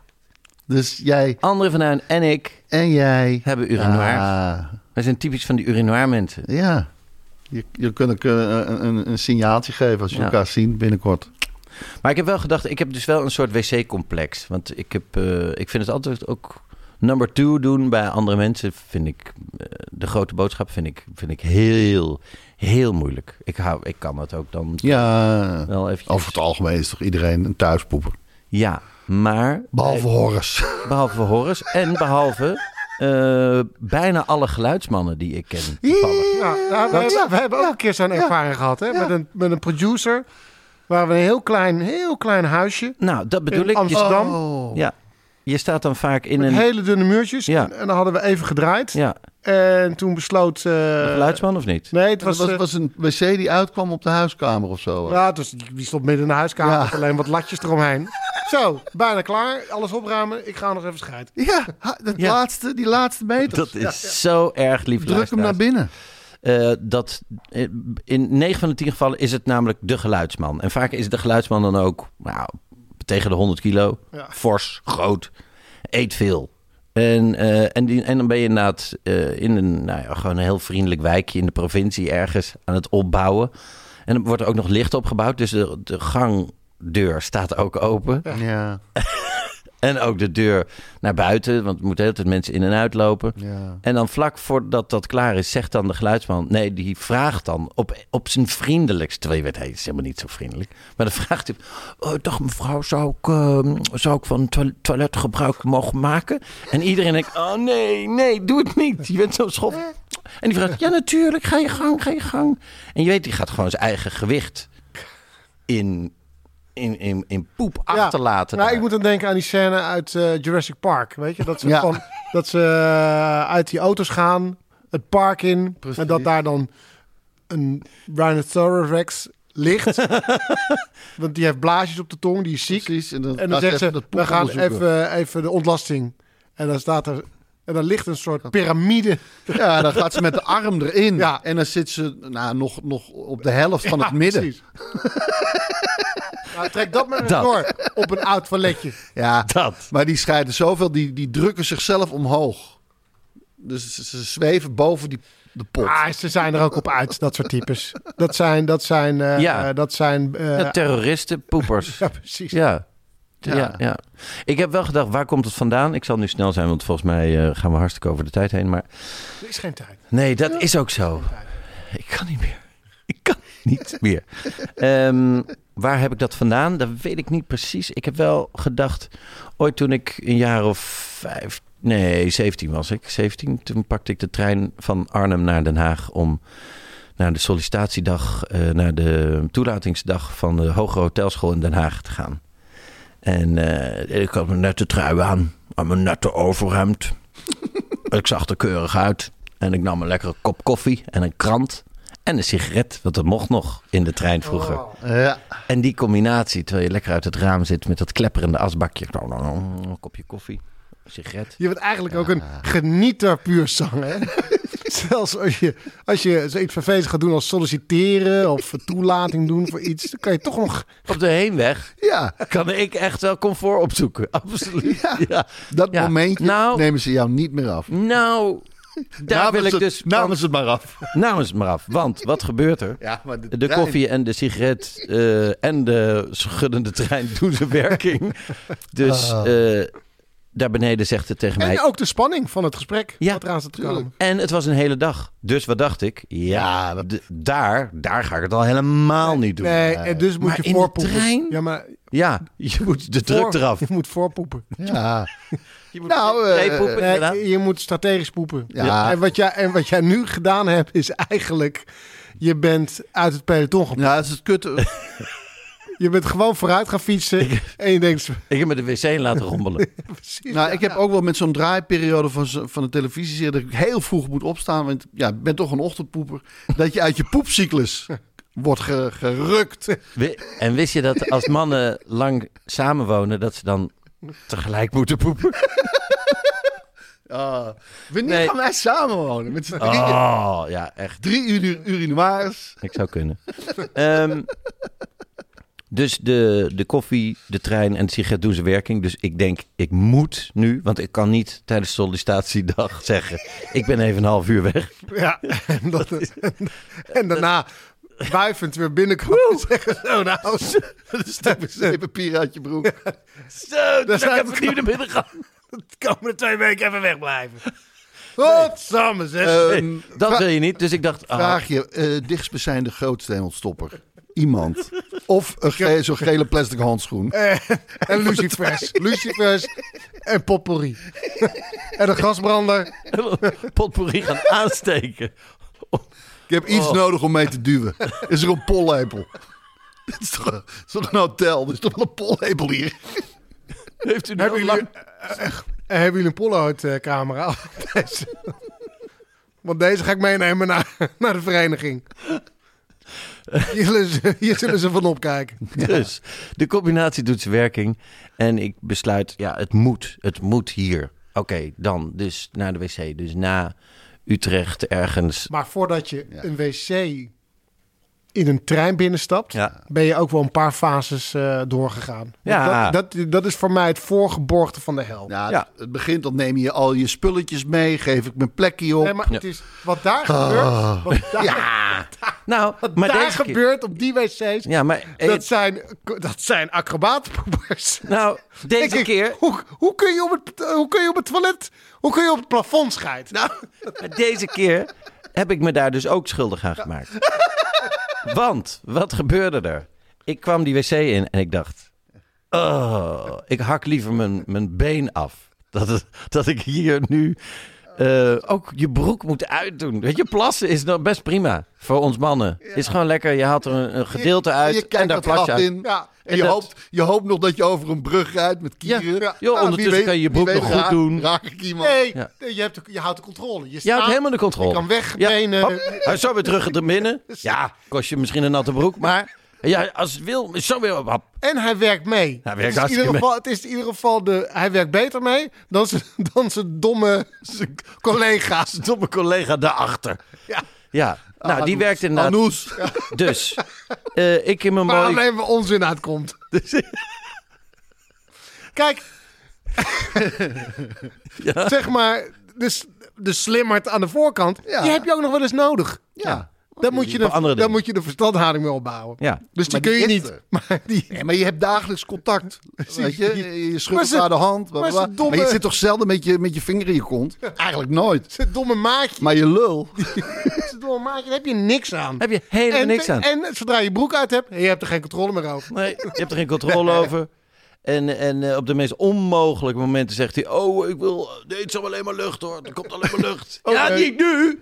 Speaker 6: Dus jij
Speaker 7: André van Duin en ik
Speaker 6: en jij
Speaker 7: hebben urinoir.
Speaker 6: Ah,
Speaker 7: Wij zijn typisch van die urinoir mensen.
Speaker 6: ja. Je, je kunt ook uh, een, een, een signaaltje geven als je
Speaker 7: Ja.
Speaker 6: elkaar zien binnenkort.
Speaker 7: Maar ik heb wel gedacht, ik heb dus wel een soort wc-complex. Want ik, heb, uh, ik vind het altijd ook number two doen bij andere mensen. Vind ik, uh, de grote boodschap vind ik, vind ik heel, heel moeilijk. Ik, hou, ik kan dat ook dan
Speaker 6: Ja,
Speaker 7: wel eventjes.
Speaker 6: over het algemeen is toch iedereen een thuispoeper.
Speaker 7: Ja, maar...
Speaker 6: Behalve Horus.
Speaker 7: Behalve Horus en behalve uh, bijna alle geluidsmannen die ik ken. toevallig.
Speaker 8: Ja, nou, we, hebben, we hebben ook een keer zo'n ervaring gehad, hè? Met, een, met een producer. Waar we een heel klein, heel klein huisje.
Speaker 7: Nou, dat bedoel
Speaker 8: In
Speaker 7: ik. Je,
Speaker 8: Amsterdam.
Speaker 6: Oh.
Speaker 7: ja, je staat dan vaak in
Speaker 8: Met
Speaker 7: een...
Speaker 8: hele dunne muurtjes.
Speaker 7: Ja.
Speaker 8: En, en dan hadden we even gedraaid.
Speaker 7: Ja,
Speaker 8: En toen besloot... uh,
Speaker 7: de geluidsman of niet?
Speaker 8: Nee, het
Speaker 6: Het
Speaker 8: was...
Speaker 6: was,
Speaker 8: eh,
Speaker 6: was een wc die uitkwam op de huiskamer of zo.
Speaker 8: ja, dus die die stond midden in de huiskamer.
Speaker 6: Ja.
Speaker 8: Met alleen wat latjes eromheen. Zo, bijna klaar. Alles opruimen. Ik ga nog even scheiden.
Speaker 6: Ja, ha- dat
Speaker 7: Ja.
Speaker 6: Laatste, die laatste meters.
Speaker 7: Dat is zo erg lief.
Speaker 6: Druk hem naar binnen.
Speaker 7: Uh, dat, uh, in negen van de tien gevallen is het namelijk de geluidsman. En vaak is de geluidsman dan ook nou, tegen de honderd kilo.
Speaker 8: Ja.
Speaker 7: Fors, groot, eet veel. En, uh, en, die, en dan ben je inderdaad uh, in een, nou ja, gewoon een heel vriendelijk wijkje in de provincie ergens aan het opbouwen. En dan wordt er ook nog licht opgebouwd. Dus de, de gangdeur staat ook open.
Speaker 6: Ja,
Speaker 7: En ook de deur naar buiten, want er moeten heel veel mensen in en uitlopen.
Speaker 6: ja.
Speaker 7: En dan vlak voordat dat klaar is, zegt dan de geluidsman... Nee, die vraagt dan op, op zijn vriendelijkst... Terwijl je weet, hij is helemaal niet zo vriendelijk. Maar dan vraagt hij... Oh, dag mevrouw, zou ik, uh, zou ik van toilet, toilet gebruik mogen maken? En iedereen denkt... Oh nee, nee, doe het niet. Je bent zo schof. En die vraagt... Ja, natuurlijk, ga je gang, ga je gang. En je weet, die gaat gewoon zijn eigen gewicht in... In, in, in poep
Speaker 8: Ja.
Speaker 7: achterlaten.
Speaker 8: Nou,
Speaker 7: daar.
Speaker 8: ik moet dan denken aan die scène uit uh, Jurassic Park. Weet je, dat ze,
Speaker 6: Ja.
Speaker 8: van, dat ze uh, uit die auto's gaan, het park in.
Speaker 6: Precies.
Speaker 8: En dat daar dan een Rhinoceros Rex ligt. Want die heeft blaasjes op de tong, die is ziek.
Speaker 6: Precies. En dan,
Speaker 8: En dan
Speaker 6: gaat
Speaker 8: zegt ze,
Speaker 6: dat
Speaker 8: we gaan
Speaker 6: poeponderzoeken.
Speaker 8: even, even de ontlasting. En dan staat er... En dan ligt een soort piramide.
Speaker 6: Ja, dan gaat ze met de arm erin.
Speaker 8: Ja.
Speaker 6: En dan zit ze nou, nog, nog op de helft van
Speaker 8: Ja,
Speaker 6: het midden.
Speaker 8: precies. Nou, trek dat maar eens
Speaker 7: Dat.
Speaker 8: door op een oud toiletje.
Speaker 6: Ja,
Speaker 7: Dat.
Speaker 6: maar die scheiden zoveel, die, die drukken zichzelf omhoog. Dus ze, ze zweven boven die, de pot.
Speaker 8: Ah, ze zijn er ook op uit, dat soort types. Dat zijn, dat zijn, uh,
Speaker 7: Ja.
Speaker 8: dat zijn... Uh,
Speaker 7: Ja, terroristen, poepers.
Speaker 8: ja, precies.
Speaker 7: Ja.
Speaker 6: Ja.
Speaker 7: Ja. Ja, Ik heb wel gedacht, waar komt het vandaan? Ik zal nu snel zijn, want volgens mij uh, gaan we hartstikke over de tijd heen. Maar
Speaker 8: Er is geen tijd.
Speaker 7: nee, dat is ook zo. Ik kan niet meer. Ik kan niet meer. Um, waar heb ik dat vandaan? Dat weet ik niet precies. Ik heb wel gedacht, ooit toen ik een jaar of vijf... Nee, zeventien was ik. zeventien. Toen pakte ik de trein van Arnhem naar Den Haag om naar de sollicitatiedag, uh, naar de toelatingsdag van de Hogere Hotelschool in Den Haag te gaan. En uh, ik had mijn nette trui aan, aan mijn nette overhemd. Ik zag er keurig uit. En ik nam een lekkere kop koffie en een krant en een sigaret. Want dat mocht nog in de trein vroeger.
Speaker 8: Oh.
Speaker 6: Ja.
Speaker 7: En die combinatie, terwijl je lekker uit het raam zit met dat klepperende asbakje. Een kopje koffie, een sigaret.
Speaker 8: Je bent eigenlijk ook een genieter puur zang, hè? Zelfs als je, als je zoiets vervelends gaat doen als solliciteren of toelating doen voor iets, dan kan je toch nog...
Speaker 7: Op de heenweg
Speaker 6: ja,
Speaker 7: kan ik echt wel comfort opzoeken. Absoluut.
Speaker 6: Ja.
Speaker 7: Ja.
Speaker 6: dat
Speaker 7: Ja.
Speaker 6: momentje
Speaker 7: Nou-
Speaker 6: nemen ze jou niet meer af.
Speaker 7: Nou, daar wil ik
Speaker 6: het,
Speaker 7: dus...
Speaker 6: Namens het maar af.
Speaker 7: Namens het maar af. Want wat gebeurt er?
Speaker 6: Ja, maar
Speaker 7: De koffie en de sigaret uh, en de schuddende trein doen zijn werking. Dus uh, daar beneden zegt het tegen mij...
Speaker 8: En ook de spanning van het gesprek
Speaker 7: Ja,
Speaker 8: wat eraan zit te komen.
Speaker 7: En het was een hele dag. Dus wat dacht ik? Ja,
Speaker 6: Ja,
Speaker 7: d- daar, daar ga ik het al helemaal niet doen.
Speaker 8: Nee, en dus moet
Speaker 7: Maar
Speaker 8: je
Speaker 7: in de
Speaker 8: voorpoepen.
Speaker 7: trein?
Speaker 8: Ja, maar
Speaker 7: Ja, je moet de druk
Speaker 8: voor-
Speaker 7: eraf.
Speaker 8: Je moet voorpoepen.
Speaker 6: Ja.
Speaker 7: Je moet
Speaker 6: Nou, eh,
Speaker 7: poepen, inderdaad.
Speaker 8: Nee, je moet strategisch poepen.
Speaker 6: Ja.
Speaker 8: En, wat jij, en wat jij nu gedaan hebt, is eigenlijk... Je bent uit het peloton gepakt.
Speaker 6: Ja, dat is het kutte.
Speaker 8: Je bent gewoon vooruit gaan fietsen. En je denkt...
Speaker 7: Ik heb me de wc laten rommelen.
Speaker 8: Precies,
Speaker 6: Nou,
Speaker 8: ja.
Speaker 6: ik heb ook wel met zo'n draaiperiode van, zo- van de televisieserie dat ik heel vroeg moet opstaan. Want ja, ik ben toch een ochtendpoeper. Dat je uit je poepcyclus wordt ge- gerukt.
Speaker 7: Wi- En wist je dat als mannen lang samenwonen, dat ze dan tegelijk moeten poepen?
Speaker 6: Ah, wanneer
Speaker 7: Nee.
Speaker 6: gaan wij samenwonen? Met z'n drieën.
Speaker 7: Oh, ja, echt.
Speaker 6: Drie uri- urinoirs.
Speaker 7: Ik zou kunnen. Ehm, dus de, de koffie, de trein en de sigaret doen zijn werking. Dus ik denk, ik moet nu, want ik kan niet tijdens sollicitatiedag zeggen, ik ben even een half uur weg.
Speaker 8: Ja, en, dat, en daarna wuivend weer binnenkomen en zeggen... Zo, nou,
Speaker 6: Dat is een papier uit je broek.
Speaker 7: Zo, dan
Speaker 8: zijn
Speaker 7: ik
Speaker 8: we
Speaker 7: even nieuw naar binnen gaan.
Speaker 8: de komende twee weken even wegblijven. Godsamme, zeg.
Speaker 6: Ehm,
Speaker 7: Nee, dat wil je niet. Dus ik dacht, ah,
Speaker 6: Vraag je, uh, dichtstbijzijnde grootstemelstopper. Iemand. Of een ge- zo'n gele plastic handschoen.
Speaker 8: En, en lucifers. Lucifers en potpourri. En een gasbrander.
Speaker 7: potpourri gaan aansteken.
Speaker 6: Ik heb iets
Speaker 7: Oh.
Speaker 6: nodig om mee te duwen. Is er een pollepel? Het is toch, het is toch een hotel? Er is toch wel een pollepel hier?
Speaker 7: Heeft u nu
Speaker 8: Hebben
Speaker 7: al
Speaker 8: jullie,
Speaker 7: lang...
Speaker 8: eh, eh, hebben jullie een Polaroid-camera? Deze. Want deze ga ik meenemen naar, naar de vereniging. Hier zullen, ze, hier zullen ze van opkijken.
Speaker 7: Dus de combinatie doet zijn werking. En ik besluit, ja, het moet. Het moet hier. Oké, dan dus naar de wc. Dus na Utrecht ergens.
Speaker 8: Maar voordat je een wc in een trein binnenstapt,
Speaker 7: Ja.
Speaker 8: ben je ook wel een paar fases uh, doorgegaan.
Speaker 7: Ja.
Speaker 8: Dat, dat, dat is voor mij het voorgeborgte van de hel.
Speaker 6: Ja,
Speaker 7: Ja.
Speaker 6: Het, het begint, dan neem je al je spulletjes mee. Geef ik mijn plekje op.
Speaker 8: Nee, maar het is wat daar gebeurt. Wat daar,
Speaker 7: Ja, nou,
Speaker 8: wat
Speaker 7: maar
Speaker 8: daar
Speaker 7: deze keer-
Speaker 8: gebeurt op die wc's.
Speaker 7: Ja, maar eh,
Speaker 8: Dat zijn, dat zijn acrobatenpoepers.
Speaker 7: nou,
Speaker 8: Denk
Speaker 7: deze
Speaker 8: ik,
Speaker 7: keer,
Speaker 8: Hoe, hoe, kun je op het, hoe kun je op het toilet... Hoe kun je op het plafond scheiden?
Speaker 7: nou, maar deze keer heb ik me daar dus ook schuldig aan gemaakt. Want, wat gebeurde er? Ik kwam die wc in en ik dacht, oh, ik hak liever mijn, mijn been af. Dat, het, dat ik hier nu uh, ook je broek moet uitdoen. Weet je, plassen is nog best prima voor ons mannen. Is gewoon lekker, je haalt er een, een gedeelte uit
Speaker 6: je
Speaker 7: en
Speaker 6: kijkt
Speaker 7: daar
Speaker 6: dat
Speaker 7: plas je
Speaker 6: gat
Speaker 7: uit.
Speaker 6: in.
Speaker 8: Ja.
Speaker 6: En je,
Speaker 7: dat-
Speaker 6: hoopt, je hoopt nog dat je over een brug rijdt met
Speaker 7: Ja,
Speaker 6: kieren.
Speaker 7: ja.
Speaker 6: Nou, wie
Speaker 7: ondertussen
Speaker 6: weet-
Speaker 7: kan je je
Speaker 6: wie
Speaker 7: broek
Speaker 6: weet
Speaker 7: nog goed
Speaker 6: raak-
Speaker 7: doen.
Speaker 6: Raak ik iemand?
Speaker 8: Nee,
Speaker 7: Ja.
Speaker 8: je, hebt de, je houdt de controle. Je,
Speaker 7: Je
Speaker 8: staat,
Speaker 7: houdt helemaal de controle.
Speaker 8: Je kan wegbenen.
Speaker 7: hop, hij is zo weer terug er binnen. Ja, kost je misschien een natte broek, maar ja, als het wil, is zo weer op. hap.
Speaker 8: En hij werkt mee.
Speaker 7: Hij werkt
Speaker 8: het, is in
Speaker 7: hartstikke
Speaker 8: ieder geval, het is in ieder geval de... Hij werkt beter mee dan zijn, dan zijn domme zijn collega's.
Speaker 7: Domme collega daarachter.
Speaker 8: Ja.
Speaker 7: Ja, Nou, die
Speaker 6: Anoes.
Speaker 7: werkt inderdaad.
Speaker 6: Anoes.
Speaker 7: Dus, uh, ik in mijn
Speaker 8: Maar
Speaker 7: mooie...
Speaker 8: alleen maar onzin uitkomt. Kijk.
Speaker 7: Ja.
Speaker 8: Zeg maar, de, s- de slimmerd aan de voorkant,
Speaker 6: Ja.
Speaker 8: die heb je ook nog wel eens nodig.
Speaker 6: Ja.
Speaker 8: Daar moet, je
Speaker 7: Voor andere
Speaker 8: de, daar
Speaker 7: dingen.
Speaker 8: moet je de verstandhouding mee opbouwen.
Speaker 7: Ja.
Speaker 8: Dus die
Speaker 6: Maar
Speaker 8: kun
Speaker 6: die
Speaker 8: je
Speaker 6: is
Speaker 8: niet.
Speaker 6: er.
Speaker 8: Maar die,
Speaker 6: Nee, maar je hebt dagelijks contact. Weet je, je
Speaker 8: Maar
Speaker 6: schudt
Speaker 8: ze-
Speaker 6: elkaar de hand. bla, bla,
Speaker 8: maar
Speaker 6: bla.
Speaker 8: ze domme-
Speaker 6: Maar je zit toch zelden met je, met je vinger in je kont? Eigenlijk nooit.
Speaker 8: het domme maatje,
Speaker 6: Maar je lul.
Speaker 8: het domme maatje, daar heb je niks aan.
Speaker 7: Heb je helemaal
Speaker 8: en,
Speaker 7: niks aan.
Speaker 8: En zodra je broek uit hebt, je hebt er geen controle meer over.
Speaker 7: Nee, je hebt er geen controle over. En, en uh, op de meest onmogelijke momenten zegt hij... Oh, ik wil... Nee, het is alleen maar lucht hoor. Er komt alleen maar lucht.
Speaker 8: Oh,
Speaker 7: ja,
Speaker 8: nee.
Speaker 7: niet nu.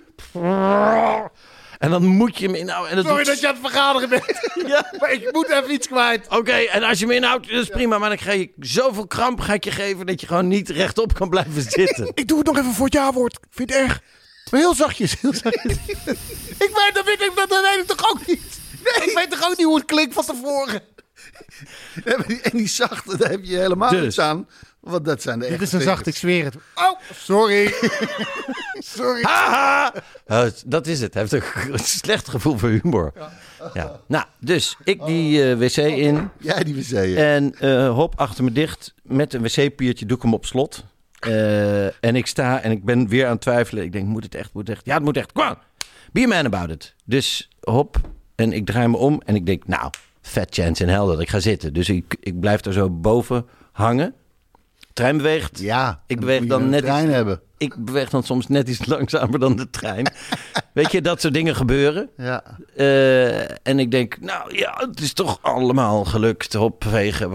Speaker 7: En dan moet je hem inhouden. En dat
Speaker 8: Sorry
Speaker 7: doet-
Speaker 8: dat je aan het vergaderen bent.
Speaker 7: Ja.
Speaker 8: Maar ik moet even iets kwijt.
Speaker 7: Oké, en als je me inhoudt, dat is prima. Maar dan ga je zoveel kramp ga ik je geven... dat je gewoon niet rechtop kan blijven zitten.
Speaker 8: Ik doe het nog even voor het ja-woord. Ik vind het erg. Maar heel zachtjes, heel zachtjes. ik weet dat, weet ik, dat weet ik toch ook niet. Nee. Ik weet toch ook niet hoe het klinkt van tevoren.
Speaker 6: Ja, maar die- En die zachte, daar heb je helemaal
Speaker 7: Dus.
Speaker 6: niks aan. Want dat zijn de
Speaker 8: Dit
Speaker 6: echte
Speaker 8: is een
Speaker 6: vingers.
Speaker 8: zacht, ik zweer het. Oh, sorry. sorry.
Speaker 7: Haha! Uh, dat is het. Hij heeft een g- slecht gevoel voor humor. Ja. Nou, dus ik die uh, wc in.
Speaker 6: Jij die wc'en.
Speaker 7: En uh, hop, achter me dicht. Met een wc-papiertje doe ik hem op slot. Uh, en ik sta en ik ben weer aan het twijfelen. Ik denk, moet het echt, moet het echt? Ja, het moet echt. Kom on. Be a man about it. Dus hop, en ik draai me om en ik denk, nou, fat chance in hell dat ik ga zitten. Dus ik, ik blijf er zo boven hangen. Trein beweegt.
Speaker 6: Ja,
Speaker 7: Ik beweeg
Speaker 6: moet
Speaker 7: dan
Speaker 6: je een
Speaker 7: net
Speaker 6: trein
Speaker 7: iets-
Speaker 6: hebben.
Speaker 7: Ik beweeg dan soms net iets langzamer dan de trein. Weet je, dat soort dingen gebeuren.
Speaker 6: Ja.
Speaker 7: Uh, en ik denk, nou ja, het is toch allemaal gelukt. Opwegen.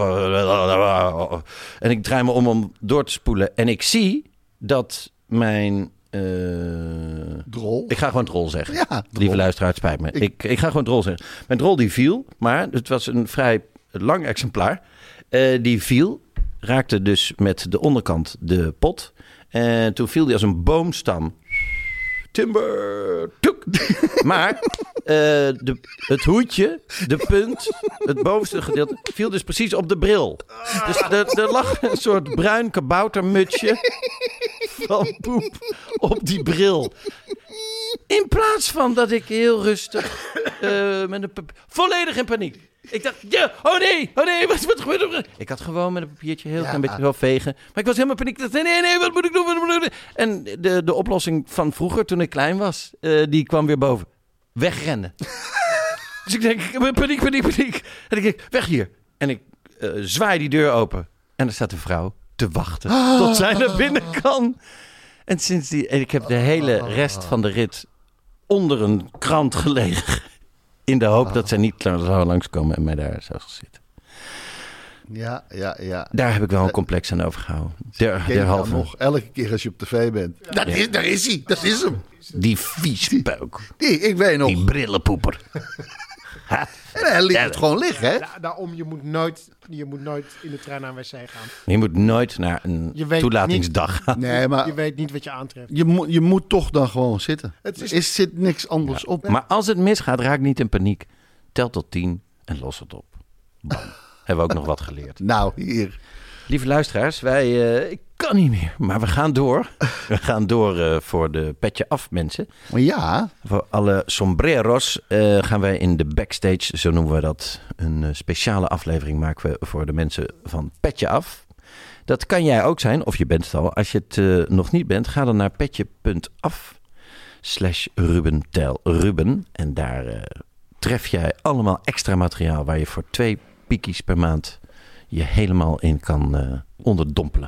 Speaker 7: En ik draai me om om door te spoelen. En ik zie dat mijn... Uh,
Speaker 6: Drol.
Speaker 7: ik ga gewoon drol zeggen.
Speaker 6: Ja, drol.
Speaker 7: Lieve luisteraar, het spijt me.
Speaker 6: Ik-
Speaker 7: Ik, ik ga gewoon drol zeggen. Mijn drol die viel, maar het was een vrij lang exemplaar. Uh, die viel, raakte dus met de onderkant de pot. En toen viel die als een boomstam. Timber. Toek. Maar uh, de, het hoedje, de punt, het bovenste gedeelte, viel dus precies op de bril. Dus er, er lag een soort bruin kaboutermutsje van poep op die bril. In plaats van dat ik heel rustig, uh, met een pap- volledig in paniek. Ik dacht, ja, oh nee, oh nee, wat, wat gebeurt er? Ik had gewoon met een papiertje heel klein beetje wel vegen. Maar ik was helemaal paniek. Ik dacht, nee, nee, wat moet ik doen? Wat moet ik doen? En de, de oplossing van vroeger, toen ik klein was, uh, die kwam weer boven. Wegrennen. Dus ik denk, ik heb paniek, paniek, paniek. En ik denk, weg hier. En ik uh, zwaai die deur open. En er staat een vrouw te wachten oh. tot zij naar binnen kan. En sinds die, en ik heb de hele rest van de rit onder een krant gelegen. In de hoop oh. dat zij niet zou langskomen en mij daar zou zitten.
Speaker 6: Ja, ja, ja.
Speaker 7: Daar heb ik wel een complex aan overgehouden. Der,
Speaker 6: Ken
Speaker 7: derhalve.
Speaker 6: je nog elke keer als je op tv bent. Ja. Daar, is, daar is hij, dat is hem.
Speaker 7: Die viespeuk.
Speaker 6: Die, ik weet nog.
Speaker 7: Die brillenpoeper.
Speaker 6: En hij liet het gewoon liggen, hè?
Speaker 8: Da- daarom, je moet, nooit, je moet nooit in de trein naar een wc gaan.
Speaker 7: Je moet nooit naar een toelatingsdag
Speaker 8: niet,
Speaker 7: gaan.
Speaker 6: Nee, maar
Speaker 8: je weet niet wat je aantreft.
Speaker 6: Je, mo- je moet toch dan gewoon zitten.
Speaker 8: Het is-
Speaker 6: Er is, zit niks anders
Speaker 7: Ja.
Speaker 6: op.
Speaker 7: Maar als het misgaat, raak niet in paniek. Tel tot tien en los het op. Bam. Hebben we ook nog wat geleerd.
Speaker 6: Nou, hier.
Speaker 7: Lieve luisteraars, wij... Uh, ik kan niet meer, maar we gaan door. We gaan door uh, voor de petje af, mensen.
Speaker 6: Maar ja.
Speaker 7: Voor alle sombreros uh, gaan wij in de backstage, zo noemen we dat. Een uh, speciale aflevering maken we voor de mensen van Petje Af. Dat kan jij ook zijn, of je bent het al. Als je het uh, nog niet bent, ga dan naar petje.af slash Ruben Tel Ruben. En daar uh, tref jij allemaal extra materiaal waar je voor twee pikies per maand je helemaal in kan uh, onderdompelen.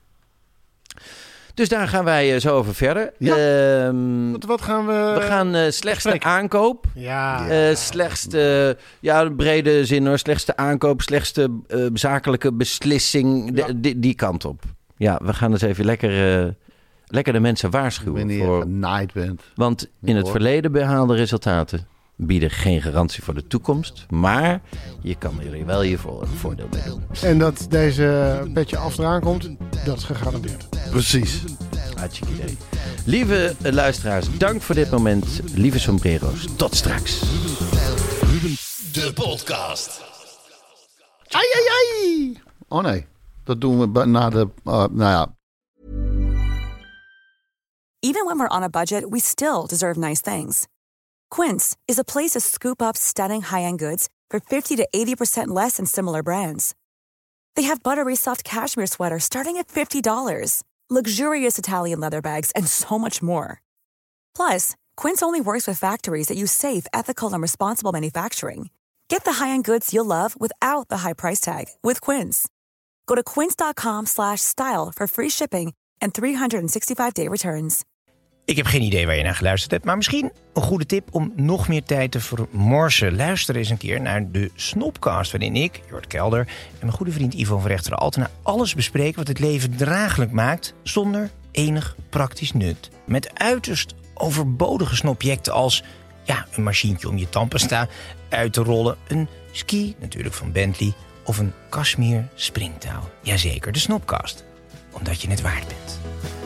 Speaker 7: Dus daar gaan wij uh, zo over verder.
Speaker 8: Ja.
Speaker 7: Um,
Speaker 8: wat, wat gaan we...
Speaker 7: We gaan uh, slechtste
Speaker 8: spreken.
Speaker 7: aankoop.
Speaker 8: Ja.
Speaker 7: Uh, slechtste, ja, de brede zin hoor. Slechtste aankoop, slechtste uh, zakelijke beslissing. De,
Speaker 8: Ja.
Speaker 7: die, die kant op. Ja, we gaan dus even lekker, uh, lekker de mensen waarschuwen.
Speaker 6: Wanneer
Speaker 7: Voor,
Speaker 6: je genaaid bent.
Speaker 7: want in het
Speaker 6: hoor.
Speaker 7: verleden behaalde resultaten bieden geen garantie voor de toekomst. Maar je kan er wel je voor, voordeel mee doen.
Speaker 8: En dat deze petje af eraan komt, dat is gegarandeerd.
Speaker 6: Precies.
Speaker 7: Hartstikke idee. Lieve uh, luisteraars, dank voor dit moment. Lieve sombrero's, tot straks.
Speaker 5: De podcast.
Speaker 6: Ai, ai, ai. Oh nee, dat doen we ba- na de... Uh, nou ja.
Speaker 9: Even when we're on a budget, we still deserve nice things. Quince is a place to scoop up stunning high-end goods for fifty to eighty percent less than similar brands. They have buttery soft cashmere sweaters starting at fifty dollars, luxurious Italian leather bags, and so much more. Plus, Quince only works with factories that use safe, ethical, and responsible manufacturing. Get the high-end goods you'll love without the high price tag with Quince. Go to quince.com slash style for free shipping and three sixty-five day returns.
Speaker 10: Ik heb geen idee waar je naar geluisterd hebt, maar misschien een goede tip om nog meer tijd te vermorsen. Luister eens een keer naar de Snopcast, waarin ik, Jort Kelder, en mijn goede vriend Ivo van Rechteren Altena alles bespreken wat het leven draaglijk maakt, zonder enig praktisch nut. Met uiterst overbodige snobjecten als ja, een machientje om je tandpasta uit te rollen, een ski, natuurlijk van Bentley, of een Kashmir springtouw. Jazeker, de Snopcast. Omdat je het waard bent.